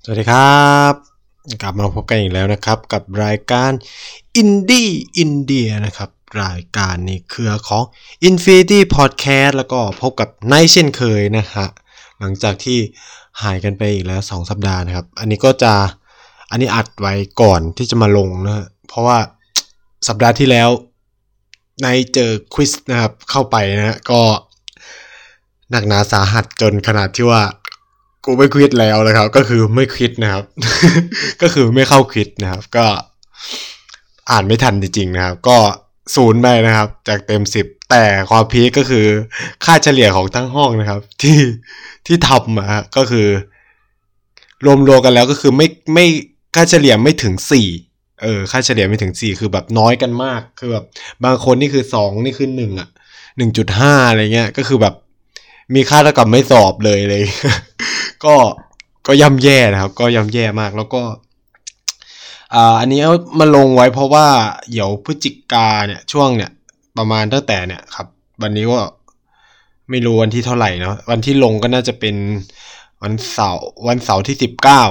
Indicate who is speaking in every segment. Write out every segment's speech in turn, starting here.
Speaker 1: สวัสดีครับกลับมาพบกันอีกแล้วนะครับกับรายการอินดี้อินเดียนะครับรายการในเครือของ Infinity Podcast แล้วก็พบกับไนท์เช่นเคยนะฮะหลังจากที่หายกันไปอีกแล้ว2 สัปดาห์นะครับอันนี้อัดไว้ก่อนที่จะมาลงนะฮะเพราะว่าสัปดาห์ที่แล้วไนท์เจอควิสนะครับเข้าไปนะฮะก็หนักหนาสาหัสจนขนาดที่ว่ากูไม่ควิดแล้วนะครับก็คือไม่ควิดนะครับ ก็คือไม่เข้าควิดนะครับก็อ่านไม่ทันจริงๆนะครับก็0ไปนะครับจากเต็ม10แต่ความพีคก็คือค่าเฉลี่ยของทั้งห้องนะครับที่ทำก็คือรวมกันแล้วก็คือไม่ค่าเฉลี่ยไม่ถึง4ค่าเฉลี่ยไม่ถึง4คือแบบน้อยกันมากคือแบบบางคนนี่คือ2นี่คือ1.5 อะไรเงี้ยก็คือแบบมีค่าเท่ากับไม่สอบเลย ก็ย่ำแย่นะครับก็ย่ำแย่มากแล้วก็อันนี้มาลงไว้เพราะว่าเดี๋ยวพฤศจิกาเนี่ยช่วงเนี่ยประมาณตั้งแต่เนี่ยครับวันนี้ก็ไม่รู้วันที่เท่าไหร่เนาะวันที่ลงก็น่าจะเป็นวันเสาร์ที่19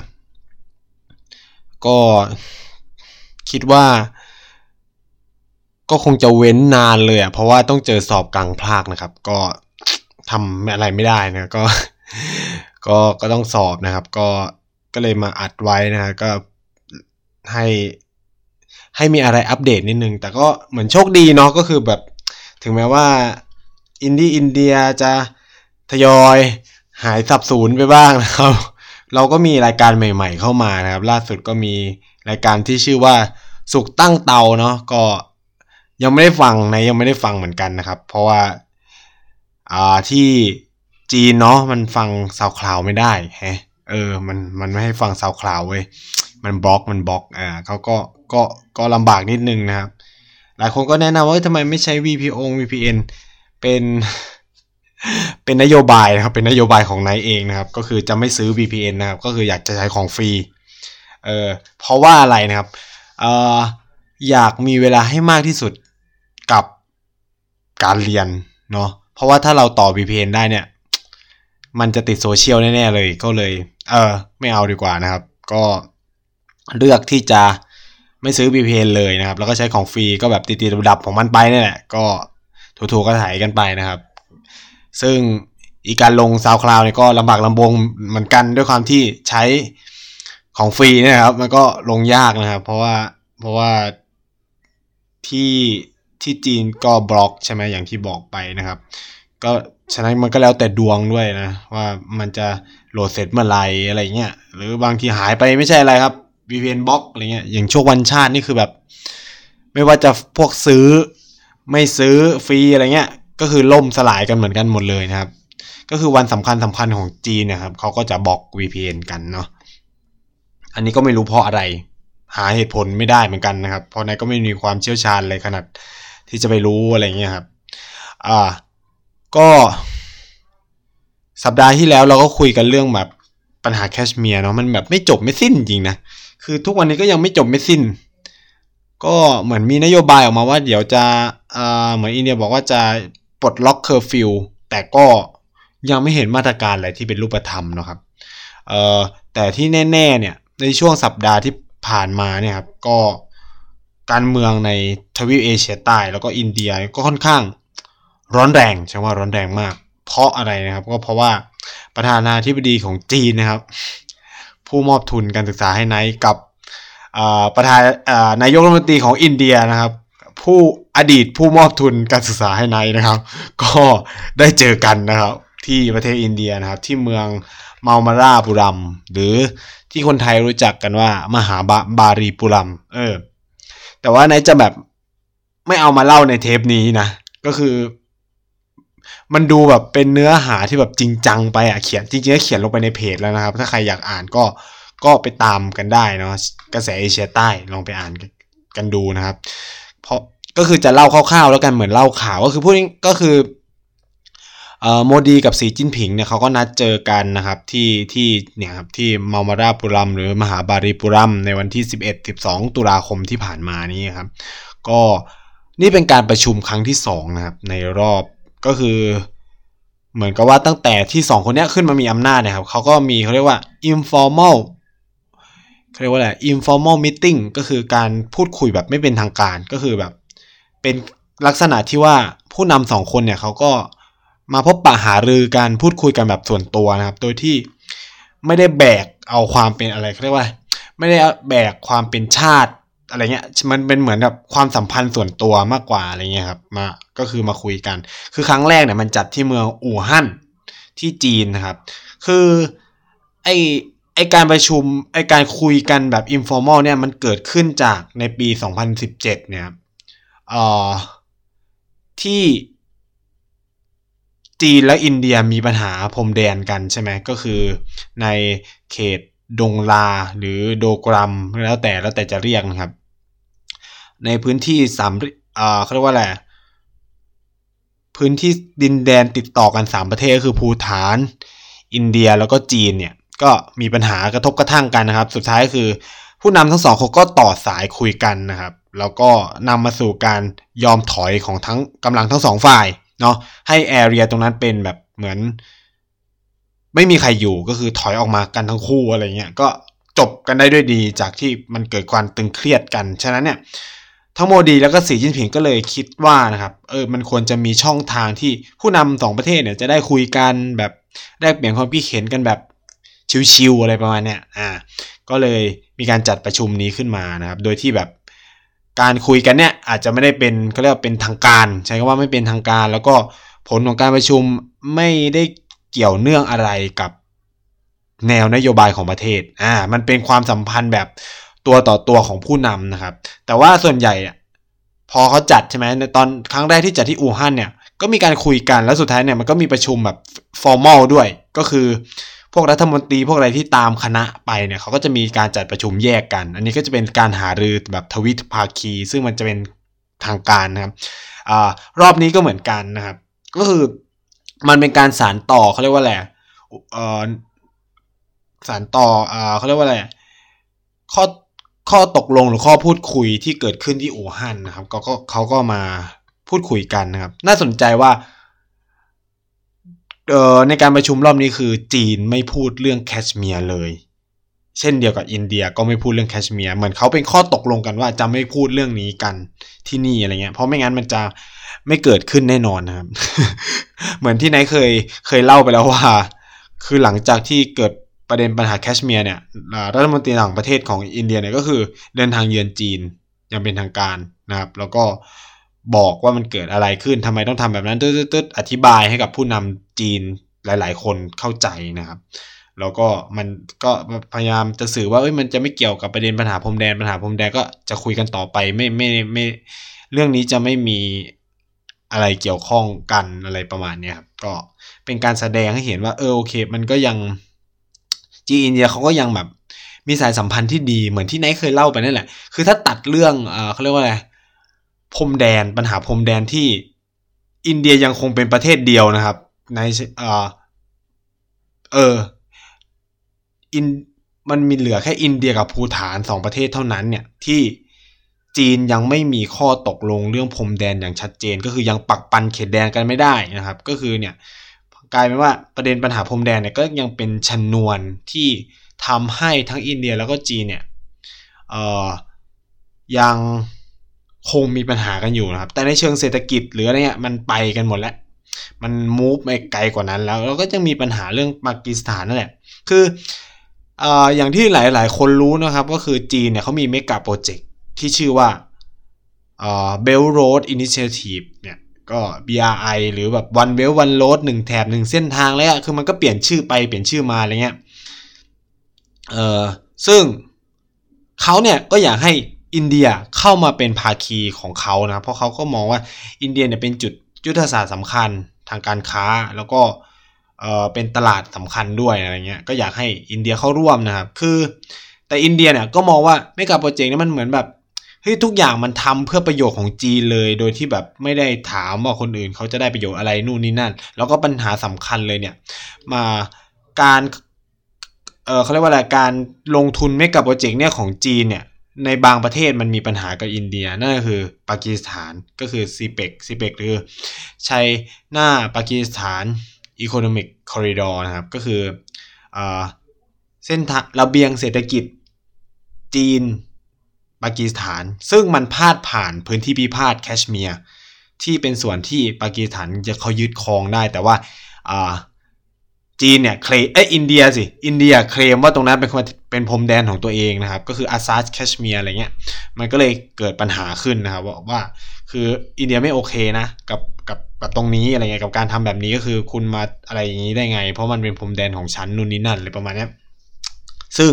Speaker 1: ก็คิดว่าก็คงจะเว้นนานเลยเพราะว่าต้องเจอสอบกลางภาคนะครับก็ทำอะไรไม่ได้นะก็ต้องสอบนะครับก็เลยมาอัดไว้นะฮะก็ให้มีอะไรอัปเดตนิดนึงแต่ก็เหมือนโชคดีเนาะก็คือแบบถึงแม้ว่าอินเดียจะทยอยหายสับสูญไปบ้างนะครับเราก็มีรายการใหม่ๆเข้ามานะครับล่าสุดก็มีรายการที่ชื่อว่าสุขตั้งเตาเนาะก็ยังไม่ได้ฟังเหมือนกันนะครับเพราะว่าที่จีนเนาะมันฟังซาวคลาวไม่ได้มันไม่ให้ฟังซาวคลาวเว้ยมันบล็อกเขาก็ลำบากนิดนึงนะครับหลายคนก็แนะนำว่าทำไมไม่ใช้ VPN เป็นนโยบายนะครับเป็นนโยบายของไนท์เองนะครับก็คือจะไม่ซื้อ VPN นะครับก็คืออยากจะใช้ของฟรีเพราะว่าอะไรนะครับอยากมีเวลาให้มากที่สุดกับการเรียนเนาะเพราะว่าถ้าเราต่อ VPN ได้เนี่ยมันจะติดโซเชียลแน่ๆเลยก็เลยไม่เอาดีกว่านะครับก็เลือกที่จะไม่ซื้อ VPN เลยนะครับแล้วก็ใช้ของฟรีก็แบบติดๆดับๆของมันไปนี่แหละก็ถูกๆก็ถ่ายกันไปนะครับซึ่งอีกการลง SoundCloud เนี่ยก็ลำบากลำบนเหมือนกันด้วยความที่ใช้ของฟรีนะครับมันก็ลงยากนะครับเพราะว่าที่จีนก็บล็อกใช่ไหมอย่างที่บอกไปนะครับก็ฉะนั้นมันก็แล้วแต่ดวงด้วยนะว่ามันจะโหลดเสร็จเมื่อไหร่อะไรเงี้ยหรือบางทีหายไปไม่ใช่อะไรครับ VPN บล็อกอะไรเงี้ยอย่างช่วงวันชาตินี่คือแบบไม่ว่าจะพวกซื้อไม่ซื้อฟรีอะไรเงี้ยก็คือล่มสลายกันเหมือนกันหมดเลยนะครับก็คือวันสำคัญของจีนนะครับเขาก็จะบล็อก VPN กันเนาะอันนี้ก็ไม่รู้เพราะอะไรหาเหตุผลไม่ได้เหมือนกันนะครับเพราะนายก็ไม่มีความเชี่ยวชาญเลยขนาดที่จะไปรู้อะไรเงี้ยครับก็สัปดาห์ที่แล้วเราก็คุยกันเรื่องแบบปัญหาแคชเมียร์เนาะมันแบบไม่จบไม่สิ้นจริงนะคือทุกวันนี้ก็ยังไม่จบไม่สิ้นก็เหมือนมีนโยบายออกมาว่าเดี๋ยวจะเหมือนอินเดียบอกว่าจะปลดล็อกเคอร์ฟิวแต่ก็ยังไม่เห็นมาตรการอะไรที่เป็นรูปธรรมเนาะครับแต่ที่แน่ๆเนี่ยในช่วงสัปดาห์ที่ผ่านมาเนี่ยครับก็การเมืองในทวีปเอเชียใต้แล้วก็อินเดียก็ค่อนข้างร้อนแรงใช่ว่าร้อนแรงมากเพราะอะไรนะครับก็เพราะว่าประธานาธิบดีของจีนนะครับผู้มอบทุนการศึกษาให้ไนท์กับนายกรัฐมนตรีของอินเดียนะครับอดีตผู้มอบทุนการศึกษาให้ไนท์นะครับก็ได้เจอกันนะครับที่ประเทศอินเดียนะครับที่เมืองมาลมาราปุรัมหรือที่คนไทยรู้จักกันว่ามหาบารีปุรัมแต่ว่าไนท์จะแบบไม่เอามาเล่าในเทปนี้นะก็คือมันดูแบบเป็นเนื้อหาที่แบบจริงจังไปเขียนจริงๆก็เขียนลงไปในเพจแล้วนะครับถ้าใครอยากอ่านก็ไปตามกันได้เนาะกระแสเอเชียใต้ลองไปอ่านกันดูนะครับเพราะก็คือจะเล่าคร่าวๆแล้วกันเหมือนเล่าข่าวก็คือพูดก็คือโมดีกับสีจิ้นผิงเนี่ยเขาก็นัดเจอกันนะครับที่เนี่ยครับที่มาลมาราปุรัมหรือมหาบารีปุรัมในวันที่11-12 ตุลาคมที่ผ่านมานี้ครับก็นี่เป็นการประชุมครั้งที่2นะครับในรอบก็คือเหมือนกับว่าตั้งแต่ที่2คนนี้ขึ้นมามีอำนาจนะครับเขาก็มีเขาเรียกว่า informal เขาเรียกว่าอะไร informal meeting ก็คือการพูดคุยแบบไม่เป็นทางการก็คือแบบเป็นลักษณะที่ว่าผู้นำ2คนเนี่ยเขาก็มาพบปะหารือกันพูดคุยกันแบบส่วนตัวนะครับโดยที่ไม่ได้แบกเอาความเป็นอะไรเขาเรียกว่าไม่ได้แบกความเป็นชาติอะไรเงี้ยมันเป็นเหมือนแบบความสัมพันธ์ส่วนตัวมากกว่าอะไรเงี้ยครับมาก็คือมาคุยกันคือครั้งแรกเนี่ยมันจัดที่เมืองอู่ฮั่นที่จีนนะครับคือไอการประชุมไอการคุยกันแบบ informal เนี่ยมันเกิดขึ้นจากในปี2017เนี่ยที่จีนและอินเดียมีปัญหาพรมแดนกันใช่ไหมก็คือในเขตดงลาหรือโดกรัมแล้วแต่จะเรียกนะครับในพื้นที่เขาเรียกว่าอะไรพื้นที่ดินแดนติดต่อกัน3ประเทศก็คือภูฏานอินเดียแล้วก็จีนเนี่ยก็มีปัญหากระทบกระทั่งกันนะครับสุดท้ายก็คือผู้นำทั้งสองเขาก็ต่อสายคุยกันนะครับแล้วก็นำมาสู่การยอมถอยของทั้งกำลังทั้ง2ฝ่ายเนาะให้แอเรียตรงนั้นเป็นแบบเหมือนไม่มีใครอยู่ก็คือถอยออกมากันทั้งคู่อะไรเงี้ยก็จบกันได้ด้วยดีจากที่มันเกิดความตึงเครียดกันฉะนั้นเนี่ยทั้งโมดีแล้วก็สีจิ้นผิงก็เลยคิดว่านะครับมันควรจะมีช่องทางที่ผู้นำ2ประเทศเนี่ยจะได้คุยกันแบบแลกเปลี่ยนความคิดเห็นกันแบบชิวๆอะไรประมาณเนี้ยก็เลยมีการจัดประชุมนี้ขึ้นมานะครับโดยที่แบบการคุยกันเนี่ยอาจจะไม่ได้เป็นเขาเรียกว่าเป็นทางการใช้คำว่าไม่เป็นทางการแล้วก็ผลของการประชุมไม่ได้เกี่ยวเนื่องอะไรกับแนวนโยบายของประเทศมันเป็นความสัมพันธ์แบบตัวต่อตัวของผู้นำนะครับแต่ว่าส่วนใหญ่พอเขาจัดใช่ไหมในตอนครั้งแรกที่จัดที่อู่ฮั่นเนี่ยก็มีการคุยกันแล้วสุดท้ายเนี่ยมันก็มีประชุมแบบฟอร์มอลด้วยก็คือพวกรัฐมนตรีพวกอะไรที่ตามคณะไปเนี่ยเขาก็จะมีการจัดประชุมแยกกันอันนี้ก็จะเป็นการหารือแบบทวิภาคีซึ่งมันจะเป็นทางการนะครับรอบนี้ก็เหมือนกันนะครับก็คือมันเป็นการสานต่อเขาเรียกว่าอะไรสานต่อเขาเรียกว่าอะไรข้อตกลงหรือข้อพูดคุยที่เกิดขึ้นที่อู่ฮั่นนะครับเขาก็มาพูดคุยกันนะครับน่าสนใจว่าในการประชุมรอบนี้คือจีนไม่พูดเรื่องแคชเมียร์เลยเช่นเดียวกับอินเดียก็ไม่พูดเรื่องแคชเมียร์เหมือนเขาเป็นข้อตกลงกันว่าจะไม่พูดเรื่องนี้กันที่นี่อะไรเงี้ยเพราะไม่งั้นมันจะไม่เกิดขึ้นแน่นอนนะครับ เหมือนที่ไหนเคยเล่าไปแล้วว่าคือหลังจากที่เกิดประเด็นปัญหาแคชเมียร์เนี่ยรัฐมนตรีต่างประเทศของอินเดียเนี่ยก็คือเดินทางเยือนจีนอย่างเป็นทางการนะครับแล้วก็บอกว่ามันเกิดอะไรขึ้นทำไมต้องทำแบบนั้นตึ๊ดอธิบายให้กับผู้นำจีนหลายๆคนเข้าใจนะครับแล้วก็มันก็พยายามจะสื่อว่ามันจะไม่เกี่ยวกับประเด็นปัญหาพรมแดนก็จะคุยกันต่อไปไม่เรื่องนี้จะไม่มีอะไรเกี่ยวข้องกันอะไรประมาณนี้ครับก็เป็นการแสดงให้เห็นว่าโอเคมันก็ยังจีนอินเดียเขาก็ยังแบบมีสายสัมพันธ์ที่ดีเหมือนที่ไนท์เคยเล่าไปนั่นแหละคือถ้าตัดเรื่องเขาเรียกว่าอะไรพรมแดนปัญหาพรมแดนที่อินเดียยังคงเป็นประเทศเดียวนะครับในมันมีเหลือแค่อินเดียกับภูฏาน2ประเทศเท่านั้นเนี่ยที่จีนยังไม่มีข้อตกลงเรื่องพรมแดนอย่างชัดเจนก็คือยังปักปันเขตแดนกันไม่ได้นะครับก็คือเนี่ยกลายเป็นว่าประเด็นปัญหาพรมแดนเนี่ยก็ยังเป็นชนวนที่ทำให้ทั้งอินเดียแล้วก็จีนเนี่ยยังคงมีปัญหากันอยู่นะครับแต่ในเชิงเศรษฐกิจหรืออะไรเงี้ยมันไปกันหมดแล้วมันมูฟไปไกลกว่านั้นแล้วก็ยังมีปัญหาเรื่องปากีสถานนั่นแหละคืออย่างที่หลายๆคนรู้นะครับก็คือจีนเนี่ยเขามีเมกะโปรเจกต์ที่ชื่อว่าBelt Road Initiative เนี่ยก็ BRI หรือแบบ One Belt One Road 1แถบ1เส้นทางแล้วคือมันก็เปลี่ยนชื่อไปเปลี่ยนชื่อมาอะไรเงี้ยซึ่งเขาเนี่ยก็อยากให้อินเดียเข้ามาเป็นภาคีของเขานะเพราะเขาก็มองว่าอินเดียเนี่ยเป็นจุดยุทธศาสตร์สำคัญทางการค้าแล้วก็เป็นตลาดสำคัญด้วยอะไรเงี้ยก็อยากให้อินเดียเข้าร่วมนะครับคือแต่อินเดียเนี่ยก็มองว่าเมกะโปรเจกต์นี้มันเหมือนแบบทุกอย่างมันทำเพื่อประโยชน์ของจีนเลยโดยที่แบบไม่ได้ถามว่าคนอื่นเขาจะได้ประโยชน์อะไรนู่นนี่นั่นแล้วก็ปัญหาสำคัญเลยเนี่ยมาการเขาเรียกว่าอะไรการลงทุนเมกะโปรเจกต์เนี่ยของจีนเนี่ยในบางประเทศมันมีปัญหากับอินเดียนั่นก็คือปากีสถานก็คือซีเปกหรือไชน่าปากีสถาน Economic Corridor นะครับก็คือเส้นทางระเบียงเศรษฐกิจจีนปากีสถานซึ่งมันพาดผ่านพื้นที่พิพาทแคชเมียร์ที่เป็นส่วนที่ปากีสถานเขายึดครองได้แต่ว่าจีนเนี่ยอินเดียเคลมว่าตรงนั้นเป็นพรมแดนของตัวเองนะครับก็คืออาซาดแคชเมียร์อะไรเงี้ยมันก็เลยเกิดปัญหาขึ้นนะครับว่าคืออินเดียไม่โอเคนะกับตรงนี้อะไรเงี้ยกับการทำแบบนี้ก็คือคุณมาอะไรอย่างนี้ได้ไงเพราะมันเป็นพรมแดนของฉันนู่นนี่นั่นอะไรประมาณนี้ซึ่ง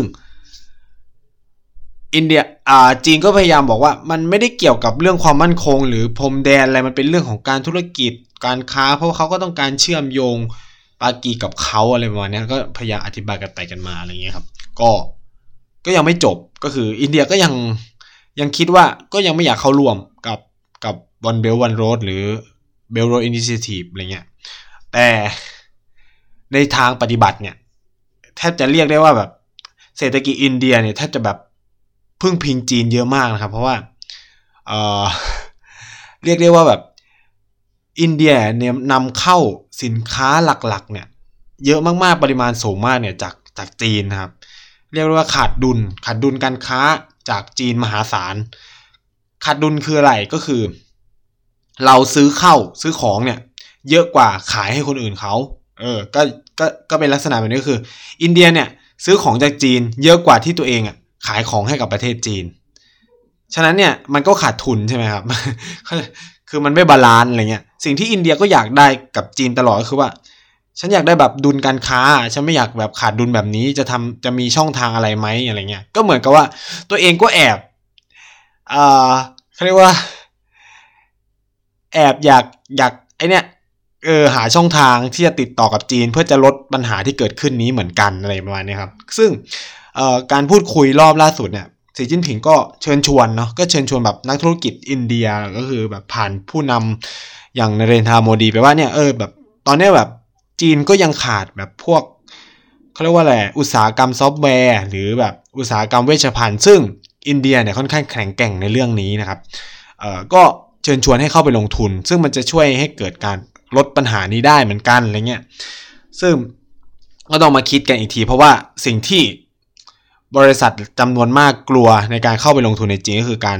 Speaker 1: อินเดียจีนก็พยายามบอกว่ามันไม่ได้เกี่ยวกับเรื่องความมั่นคงหรือพรมแดนอะไรมันเป็นเรื่องของการธุรกิจการค้าเพราะเขาก็ต้องการเชื่อมโยงปากีกับเขาอะไรประมาณนี้ก็พยายามอธิบายกันไปกันมาอะไรเงี้ยครับก็ยังไม่จบก็คืออินเดียก็ยังคิดว่าก็ยังไม่อยากเข้าร่วมกับ One Belt One Road หรือ Belt Road Initiative อะไรเงี้ยแต่ในทางปฏิบัติเนี่ยแทบจะเรียกได้ว่าแบบเศรษฐกิจอินเดียเนี่ยแทบจะแบบพึ่งพิงจีนเยอะมากนะครับเพราะว่าเรียกได้ว่าแบบอินเดียเนี่ยนำเข้าสินค้าหลักๆเนี่ยเยอะมากๆปริมาณสูงมากเนี่ยจากจีนนะครับเรียกว่าขาดดุลการค้าจากจีนมหาศาลขาดดุลคืออะไรก็คือเราซื้อของเนี่ยเยอะกว่าขายให้คนอื่นเขาก็เป็นลักษณะแบบนี้ก็คืออินเดียเนี่ยซื้อของจากจีนเยอะกว่าที่ตัวเองขายของให้กับประเทศจีนฉะนั้นเนี่ยมันก็ขาดทุนใช่ไหมครับ คือมันไม่บาลานซ์อะไรเงี้ยสิ่งที่อินเดียก็อยากได้กับจีนตลอดก็คือว่าฉันอยากได้แบบดุลการค้าฉันไม่อยากแบบขาดดุลแบบนี้จะมีช่องทางอะไรไหมอะไรเงี้ยก็เหมือนกับว่าตัวเองก็แอบเขาเรียกว่าแอบอยากไอเนี้ยหาช่องทางที่จะติดต่อกับจีนเพื่อจะลดปัญหาที่เกิดขึ้นนี้เหมือนกันอะไรประมาณนี้ครับซึ่งการพูดคุยรอบล่าสุดเนี่ยสีจิ้นผิงก็เชิญชวนเนาะก็เชิญชวนแบบนักธุรกิจอินเดียก็คือแบบผ่านผู้นำอย่างนเรนทราโมดีไปว่าเนี่ยแบบตอนนี้แบบจีนก็ยังขาดแบบพวกเขาเรียกว่าอะไรอุตสาหกรรมซอฟต์แวร์หรือแบบอุตสาหกรรมเวชภัณฑ์ซึ่งอินเดียเนี่ยค่อนข้างแข็งแกร่งในเรื่องนี้นะครับก็เชิญชวนให้เข้าไปลงทุนซึ่งมันจะช่วยให้เกิดการลดปัญหานี้ได้เหมือนกันอะไรเงี้ยซึ่งก็ต้องมาคิดกันอีกทีเพราะว่าสิ่งที่บริษัทจำนวนมากกลัวในการเข้าไปลงทุนในจีนก็คือการ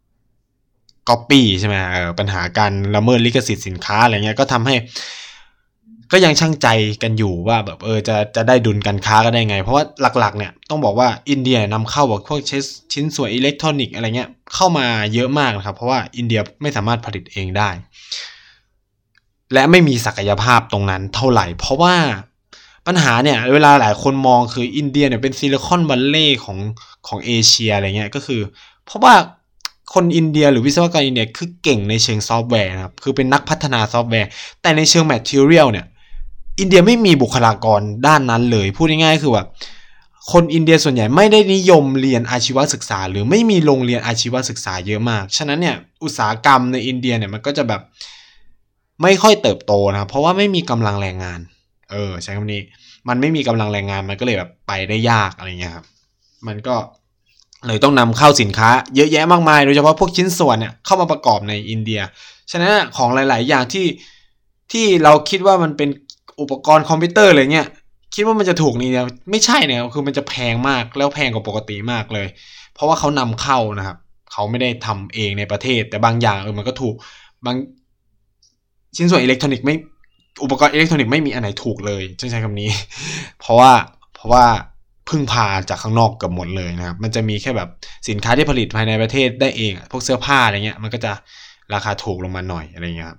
Speaker 1: copy ใช่ไหมปัญหาการละเมิดลิขสิทธิ์สินค้าอะไรเงี้ยก็ทำให้ก็ยังชั่งใจกันอยู่ว่าแบบจะได้ดุลการค้ากันได้ไงเพราะว่าหลักๆเนี่ยต้องบอกว่าอินเดียนำเข้าพวกชิ้นส่วนอิเล็กทรอนิกส์อะไรเงี้ยเข้ามาเยอะมากนะครับเพราะว่าอินเดียไม่สามารถผลิตเองได้และไม่มีศักยภาพตรงนั้นเท่าไหร่เพราะว่าปัญหาเนี่ยเวลาหลายคนมองคืออินเดียเนี่ยเป็นซิลิคอนวัลเลย์ของเอเชียอะไรเงี้ยก็คือเพราะว่าคนอินเดียหรือวิศวกรอินเดียคือเก่งในเชิงซอฟต์แวร์นะครับคือเป็นนักพัฒนาซอฟต์แวร์แต่ในเชิงแมททีเรียลเนี่ยอินเดียไม่มีบุคลากรด้านนั้นเลยพูดง่ายๆคือว่าคนอินเดียส่วนใหญ่ไม่ได้นิยมเรียนอาชีวศึกษาหรือไม่มีโรงเรียนอาชีวศึกษาเยอะมากฉะนั้นเนี่ยอุตสาหกรรมในอินเดียเนี่ยมันก็จะแบบไม่ค่อยเติบโตนะเพราะว่าไม่มีกำลังแรงงานใช้คำนี้มันไม่มีกำลังแรงงานมันก็เลยแบบไปได้ยากอะไรเงี้ยครับมันก็เลยต้องนำเข้าสินค้าเยอะแยะมากมายโดยเฉพาะพวกชิ้นส่วนเนี่ยเข้ามาประกอบในอินเดียฉะนั้นของหลายๆอย่างที่เราคิดว่ามันเป็นอุปกรณ์คอมพิวเตอร์อะไรเงี้ยคิดว่ามันจะถูกนี่เนี่ยไม่ใช่เนี่ยคือมันจะแพงมากแล้วแพงกว่าปกติมากเลยเพราะว่าเขานำเข้านะครับเขาไม่ได้ทำเองในประเทศแต่บางอย่างมันก็ถูกบางชิ้นส่วนอิเล็กทรอนิกส์ไม่อุปกรณ์อิเล็กทรอนิกส์ไม่มีอันไหนถูกเลยใช้คำนี้เพราะว่าพึ่งพาจากข้างนอกเกือบหมดเลยนะครับมันจะมีแค่แบบสินค้าที่ผลิตภายในประเทศได้เองพวกเสื้อผ้าอะไรเงี้ยมันก็จะราคาถูกลงมาหน่อยอะไรเงี้ยครับ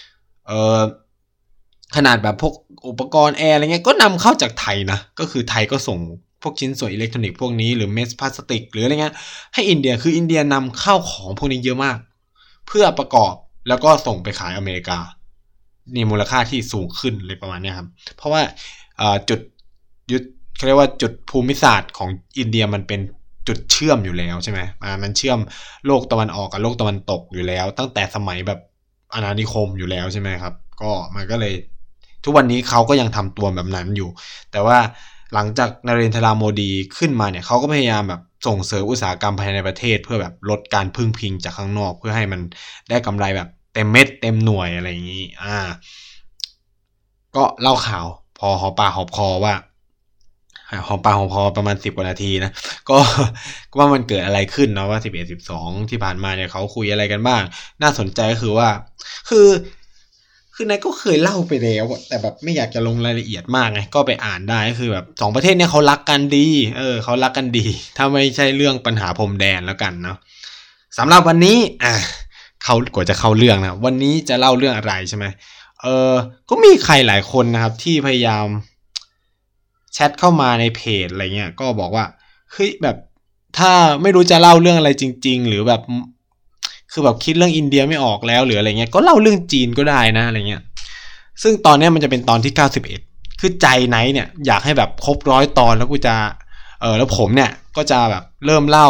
Speaker 1: ขนาดแบบพวกอุปกรณ์แอร์อะไรเงี้ยก็นำเข้าจากไทยนะก็คือไทยก็ส่งพวกชิ้นส่วนอิเล็กทรอนิกส์พวกนี้หรือเมสพลาสติกหรืออะไรเงี้ยให้อินเดียคืออินเดียนำเข้าของพวกนี้เยอะมากเพื่อประกอบแล้วก็ส่งไปขายอเมริกานี่มูลค่าที่สูงขึ้นเลยประมาณนี้ครับเพราะว่าจุดเขาเรียกว่าจุดภูมิศาสตร์ของอินเดียมันเป็นจุดเชื่อมอยู่แล้วใช่ไหมมันเชื่อมโลกตะวันออกกับโลกตะวันตกอยู่แล้วตั้งแต่สมัยแบบอาณานิคมอยู่แล้วใช่ไหมครับก็มันก็เลยทุกวันนี้เขาก็ยังทำตัวแบบนั้นอยู่แต่ว่าหลังจากนเรนทราโมดีขึ้นมาเนี่ยเขาก็พยายามแบบส่งเสริมอุตสาหกรรมภายในประเทศเพื่อแบบลดการพึ่งพิงจากข้างนอกเพื่อให้มันได้กำไรแบบเต็มเม็ดเต็มหน่วยอะไรอย่างนี้ก็เล่าข่าวพอหอมปากหอมคอว่าหอมปากหอมคอประมาณ10 กว่านาทีนะก็ว่ามันเกิดอะไรขึ้นเนาะว่า11-12ที่ผ่านมาเนี่ยเขาคุยอะไรกันบ้างน่าสนใจก็คือว่าคือคือนายก็เคยเล่าไปแล้วแต่แบบไม่อยากจะลงรายละเอียดมากไงก็ไปอ่านได้ก็คือแบบ2 ประเทศเนี่ยเขารักกันดีเขารักกันดีถ้าไม่ใช่เรื่องปัญหาพรมแดนแล้วกันเนาะสำหรับวันนี้เขากว่าจะเข้าเรื่องนะวันนี้จะเล่าเรื่องอะไรใช่ไหมก็มีใครหลายคนนะครับที่พยายามแชทเข้ามาในเพจอะไรเงี้ยก็บอกว่าเฮ้ยแบบถ้าไม่รู้จะเล่าเรื่องอะไรจริงๆหรือแบบคือแบบคิดเรื่องอินเดียไม่ออกแล้วหรืออะไรเงี้ยก็เล่าเรื่องจีนก็ได้นะอะไรเงี้ยซึ่งตอนนี้มันจะเป็นตอนที่91คือใจไนท์เนี่ยอยากให้แบบครบ100 ตอนแล้วกูจะแล้วผมเนี่ยก็จะแบบเริ่มเล่า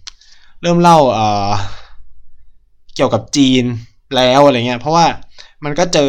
Speaker 1: เกี่ยวกับจีนแล้วอะไรเงี้ยเพราะว่ามันก็เจอ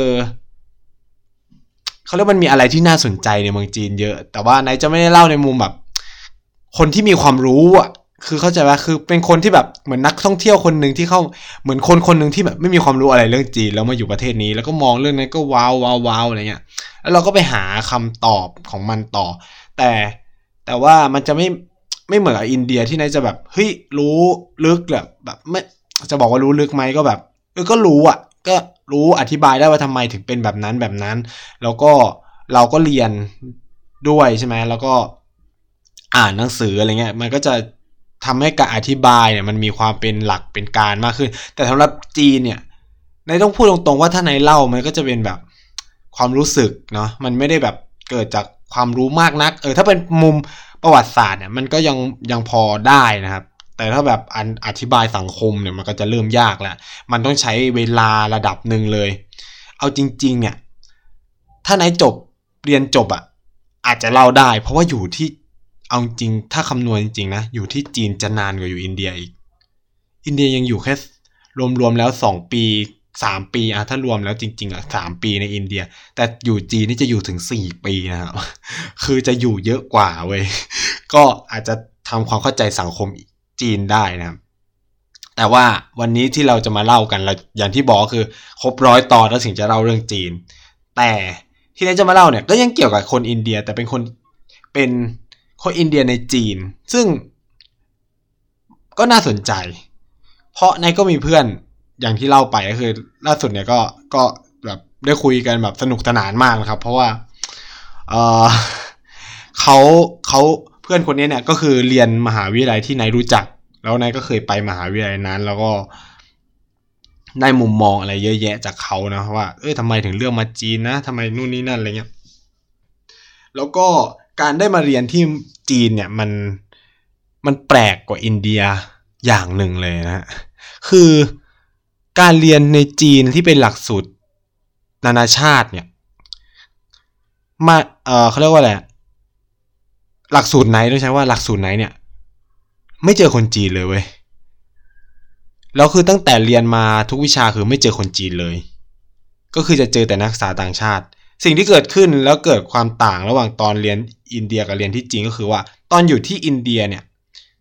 Speaker 1: เขาเรียกมันมีอะไรที่น่าสนใจในเมืองจีนเยอะแต่ว่าไนท์จะไม่ได้เล่าในมุมแบบคนที่มีความรู้อ่ะคือเข้าใจว่าคือเป็นคนที่แบบเหมือนนักท่องเที่ยวคนหนึ่งที่เข้าเหมือนคนหนึ่งที่แบบไม่มีความรู้อะไรเรื่องจีนแล้วมาอยู่ประเทศนี้แล้วก็มองเรื่องนั้นก็ว้าวอะไรเงี้ยแล้วเราก็ไปหาคำตอบของมันต่อแต่ว่ามันจะไม่เหมือนกับอินเดียที่ไนท์จะแบบเฮ้ยรู้ลึกแบบไม่จะบอกว่ารู้ลึกไหมก็แบบก็รู้อ่ะก็รู้อธิบายได้ว่าทำไมถึงเป็นแบบนั้นแล้วก็เราก็เรียนด้วยใช่ไหมแล้วก็อ่านหนังสืออะไรเงี้ยมันก็จะทำให้การอธิบายเนี่ยมันมีความเป็นหลักเป็นการมากขึ้นแต่สำหรับจีนเนี่ยในต้องพูดตรงๆว่าถ้าในเล่ามันก็จะเป็นแบบความรู้สึกเนาะมันไม่ได้แบบเกิดจากความรู้มากนักถ้าเป็นมุมประวัติศาสตร์เนี่ยมันก็ยังพอได้นะครับแต่ถ้าแบบอธิบายสังคมเนี่ยมันก็จะเริ่มยากแล้วมันต้องใช้เวลาระดับหนึ่งเลยเอาจริงๆเนี่ยถ้าไหนเรียนจบอ่ะอาจจะเล่าได้เพราะว่าอยู่ที่เอาจริงถ้าคำนวณจริงๆนะอยู่ที่จีนจะนานกว่าอยู่อินเดียอีกอินเดียยังอยู่แค่รวมๆแล้ว2 ปี3 ปีถ้ารวมแล้วจริงๆ3 ปีในอินเดียแต่อยู่จีนนี่จะอยู่ถึง4 ปีนะครับคือจะอยู่เยอะกว่าเว้ยก็อาจจะทำความเข้าใจสังคมจีนได้นะครับแต่ว่าวันนี้ที่เราจะมาเล่ากันเราอย่างที่บอกคือครบ100 ตอนแล้วถึงจะเล่าเรื่องจีนแต่ที่เราจะมาเล่าเนี่ยก็ยังเกี่ยวกับคนอินเดียแต่เป็นคนอินเดียในจีนซึ่งก็น่าสนใจเพราะนายก็มีเพื่อนอย่างที่เล่าไปก็คือล่าสุดเนี่ยก็แบบได้คุยกันแบบสนุกสนานมากนะครับเพราะว่าเออเขาเพื่อนคนนี้เนี่ยก็คือเรียนมหาวิทยาลัยที่นายรู้จักแล้วนายก็เคยไปมหาวิทยาลัยนั้นแล้วก็ได้มุมมองอะไรเยอะแยะจากเขานะว่าทำไมถึงเลือกมาจีนนะทำไมนู่นนี่นั่นอะไรเงี้ยแล้วก็การได้มาเรียนที่จีนเนี่ยมันแปลกกว่าอินเดียอย่างหนึ่งเลยนะคือการเรียนในจีนที่เป็นหลักสูตรนานาชาติเนี่ยมาเขาเรียกว่าอะไรหลักสูตรไหนต้องใช้ว่าหลักสูตรไหนเนี่ยไม่เจอคนจีนเลยเว้ยแล้วคือตั้งแต่เรียนมาทุกวิชาคือไม่เจอคนจีนเลยก็คือจะเจอแต่นักศึกษาต่างชาติสิ่งที่เกิดขึ้นแล้วเกิดความต่างระหว่างตอนเรียนอินเดียกับเรียนที่จีนก็คือว่าตอนอยู่ที่อินเดียเนี่ย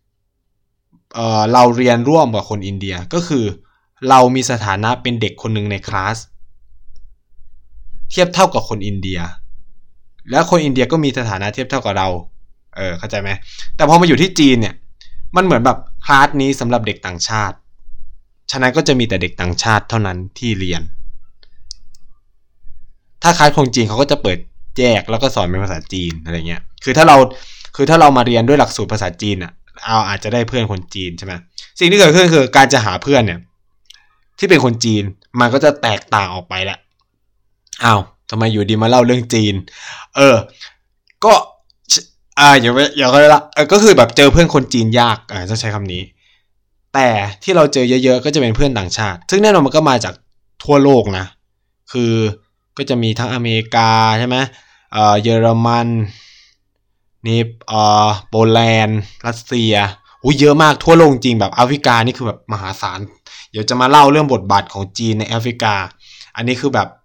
Speaker 1: เราเรียนร่วมกับคนอินเดียก็คือเรามีสถานะเป็นเด็กคนหนึ่งในคลาสเทียบเท่ากับคนอินเดียแล้วคนอินเดียก็มีสถานะเทียบเท่ากับเราเข้าใจไหมแต่พอมาอยู่ที่จีนเนี่ยมันเหมือนแบบคลาสนี้สำหรับเด็กต่างชาติฉะนั้นก็จะมีแต่เด็กต่างชาติเท่านั้นที่เรียนถ้าคลาสของจีนเขาก็จะเปิดแยกแล้วก็สอนเป็นภาษาจีนอะไรเงี้ยคือถ้าเรามาเรียนด้วยหลักสูตรภาษาจีนเราอาจจะได้เพื่อนคนจีนใช่ไหมสิ่งที่เกิดขึ้นคือการจะหาเพื่อนเนี่ยที่เป็นคนจีนมันก็จะแตกต่างออกไปแหละทำไมอยู่ดีมาเล่าเรื่องจีนก็อย่าก็ได้ละก็คือแบบเจอเพื่อนคนจีนยากต้องใช้คำนี้แต่ที่เราเจอเยอะๆก็จะเป็นเพื่อนต่างชาติซึ่งแน่นอนมันก็มาจากทั่วโลกนะคือก็จะมีทั้งอเมริกาใช่ไหมเยอรมันนี่โปแลนด์รัสเซียเยอะมากทั่วโลกจริงแบบแอฟริกานี่คือแบบมหาศาลเดี๋ยวจะมาเล่าเรื่องบทบาทของจีนในแอฟริกาอันนี้คือแบบ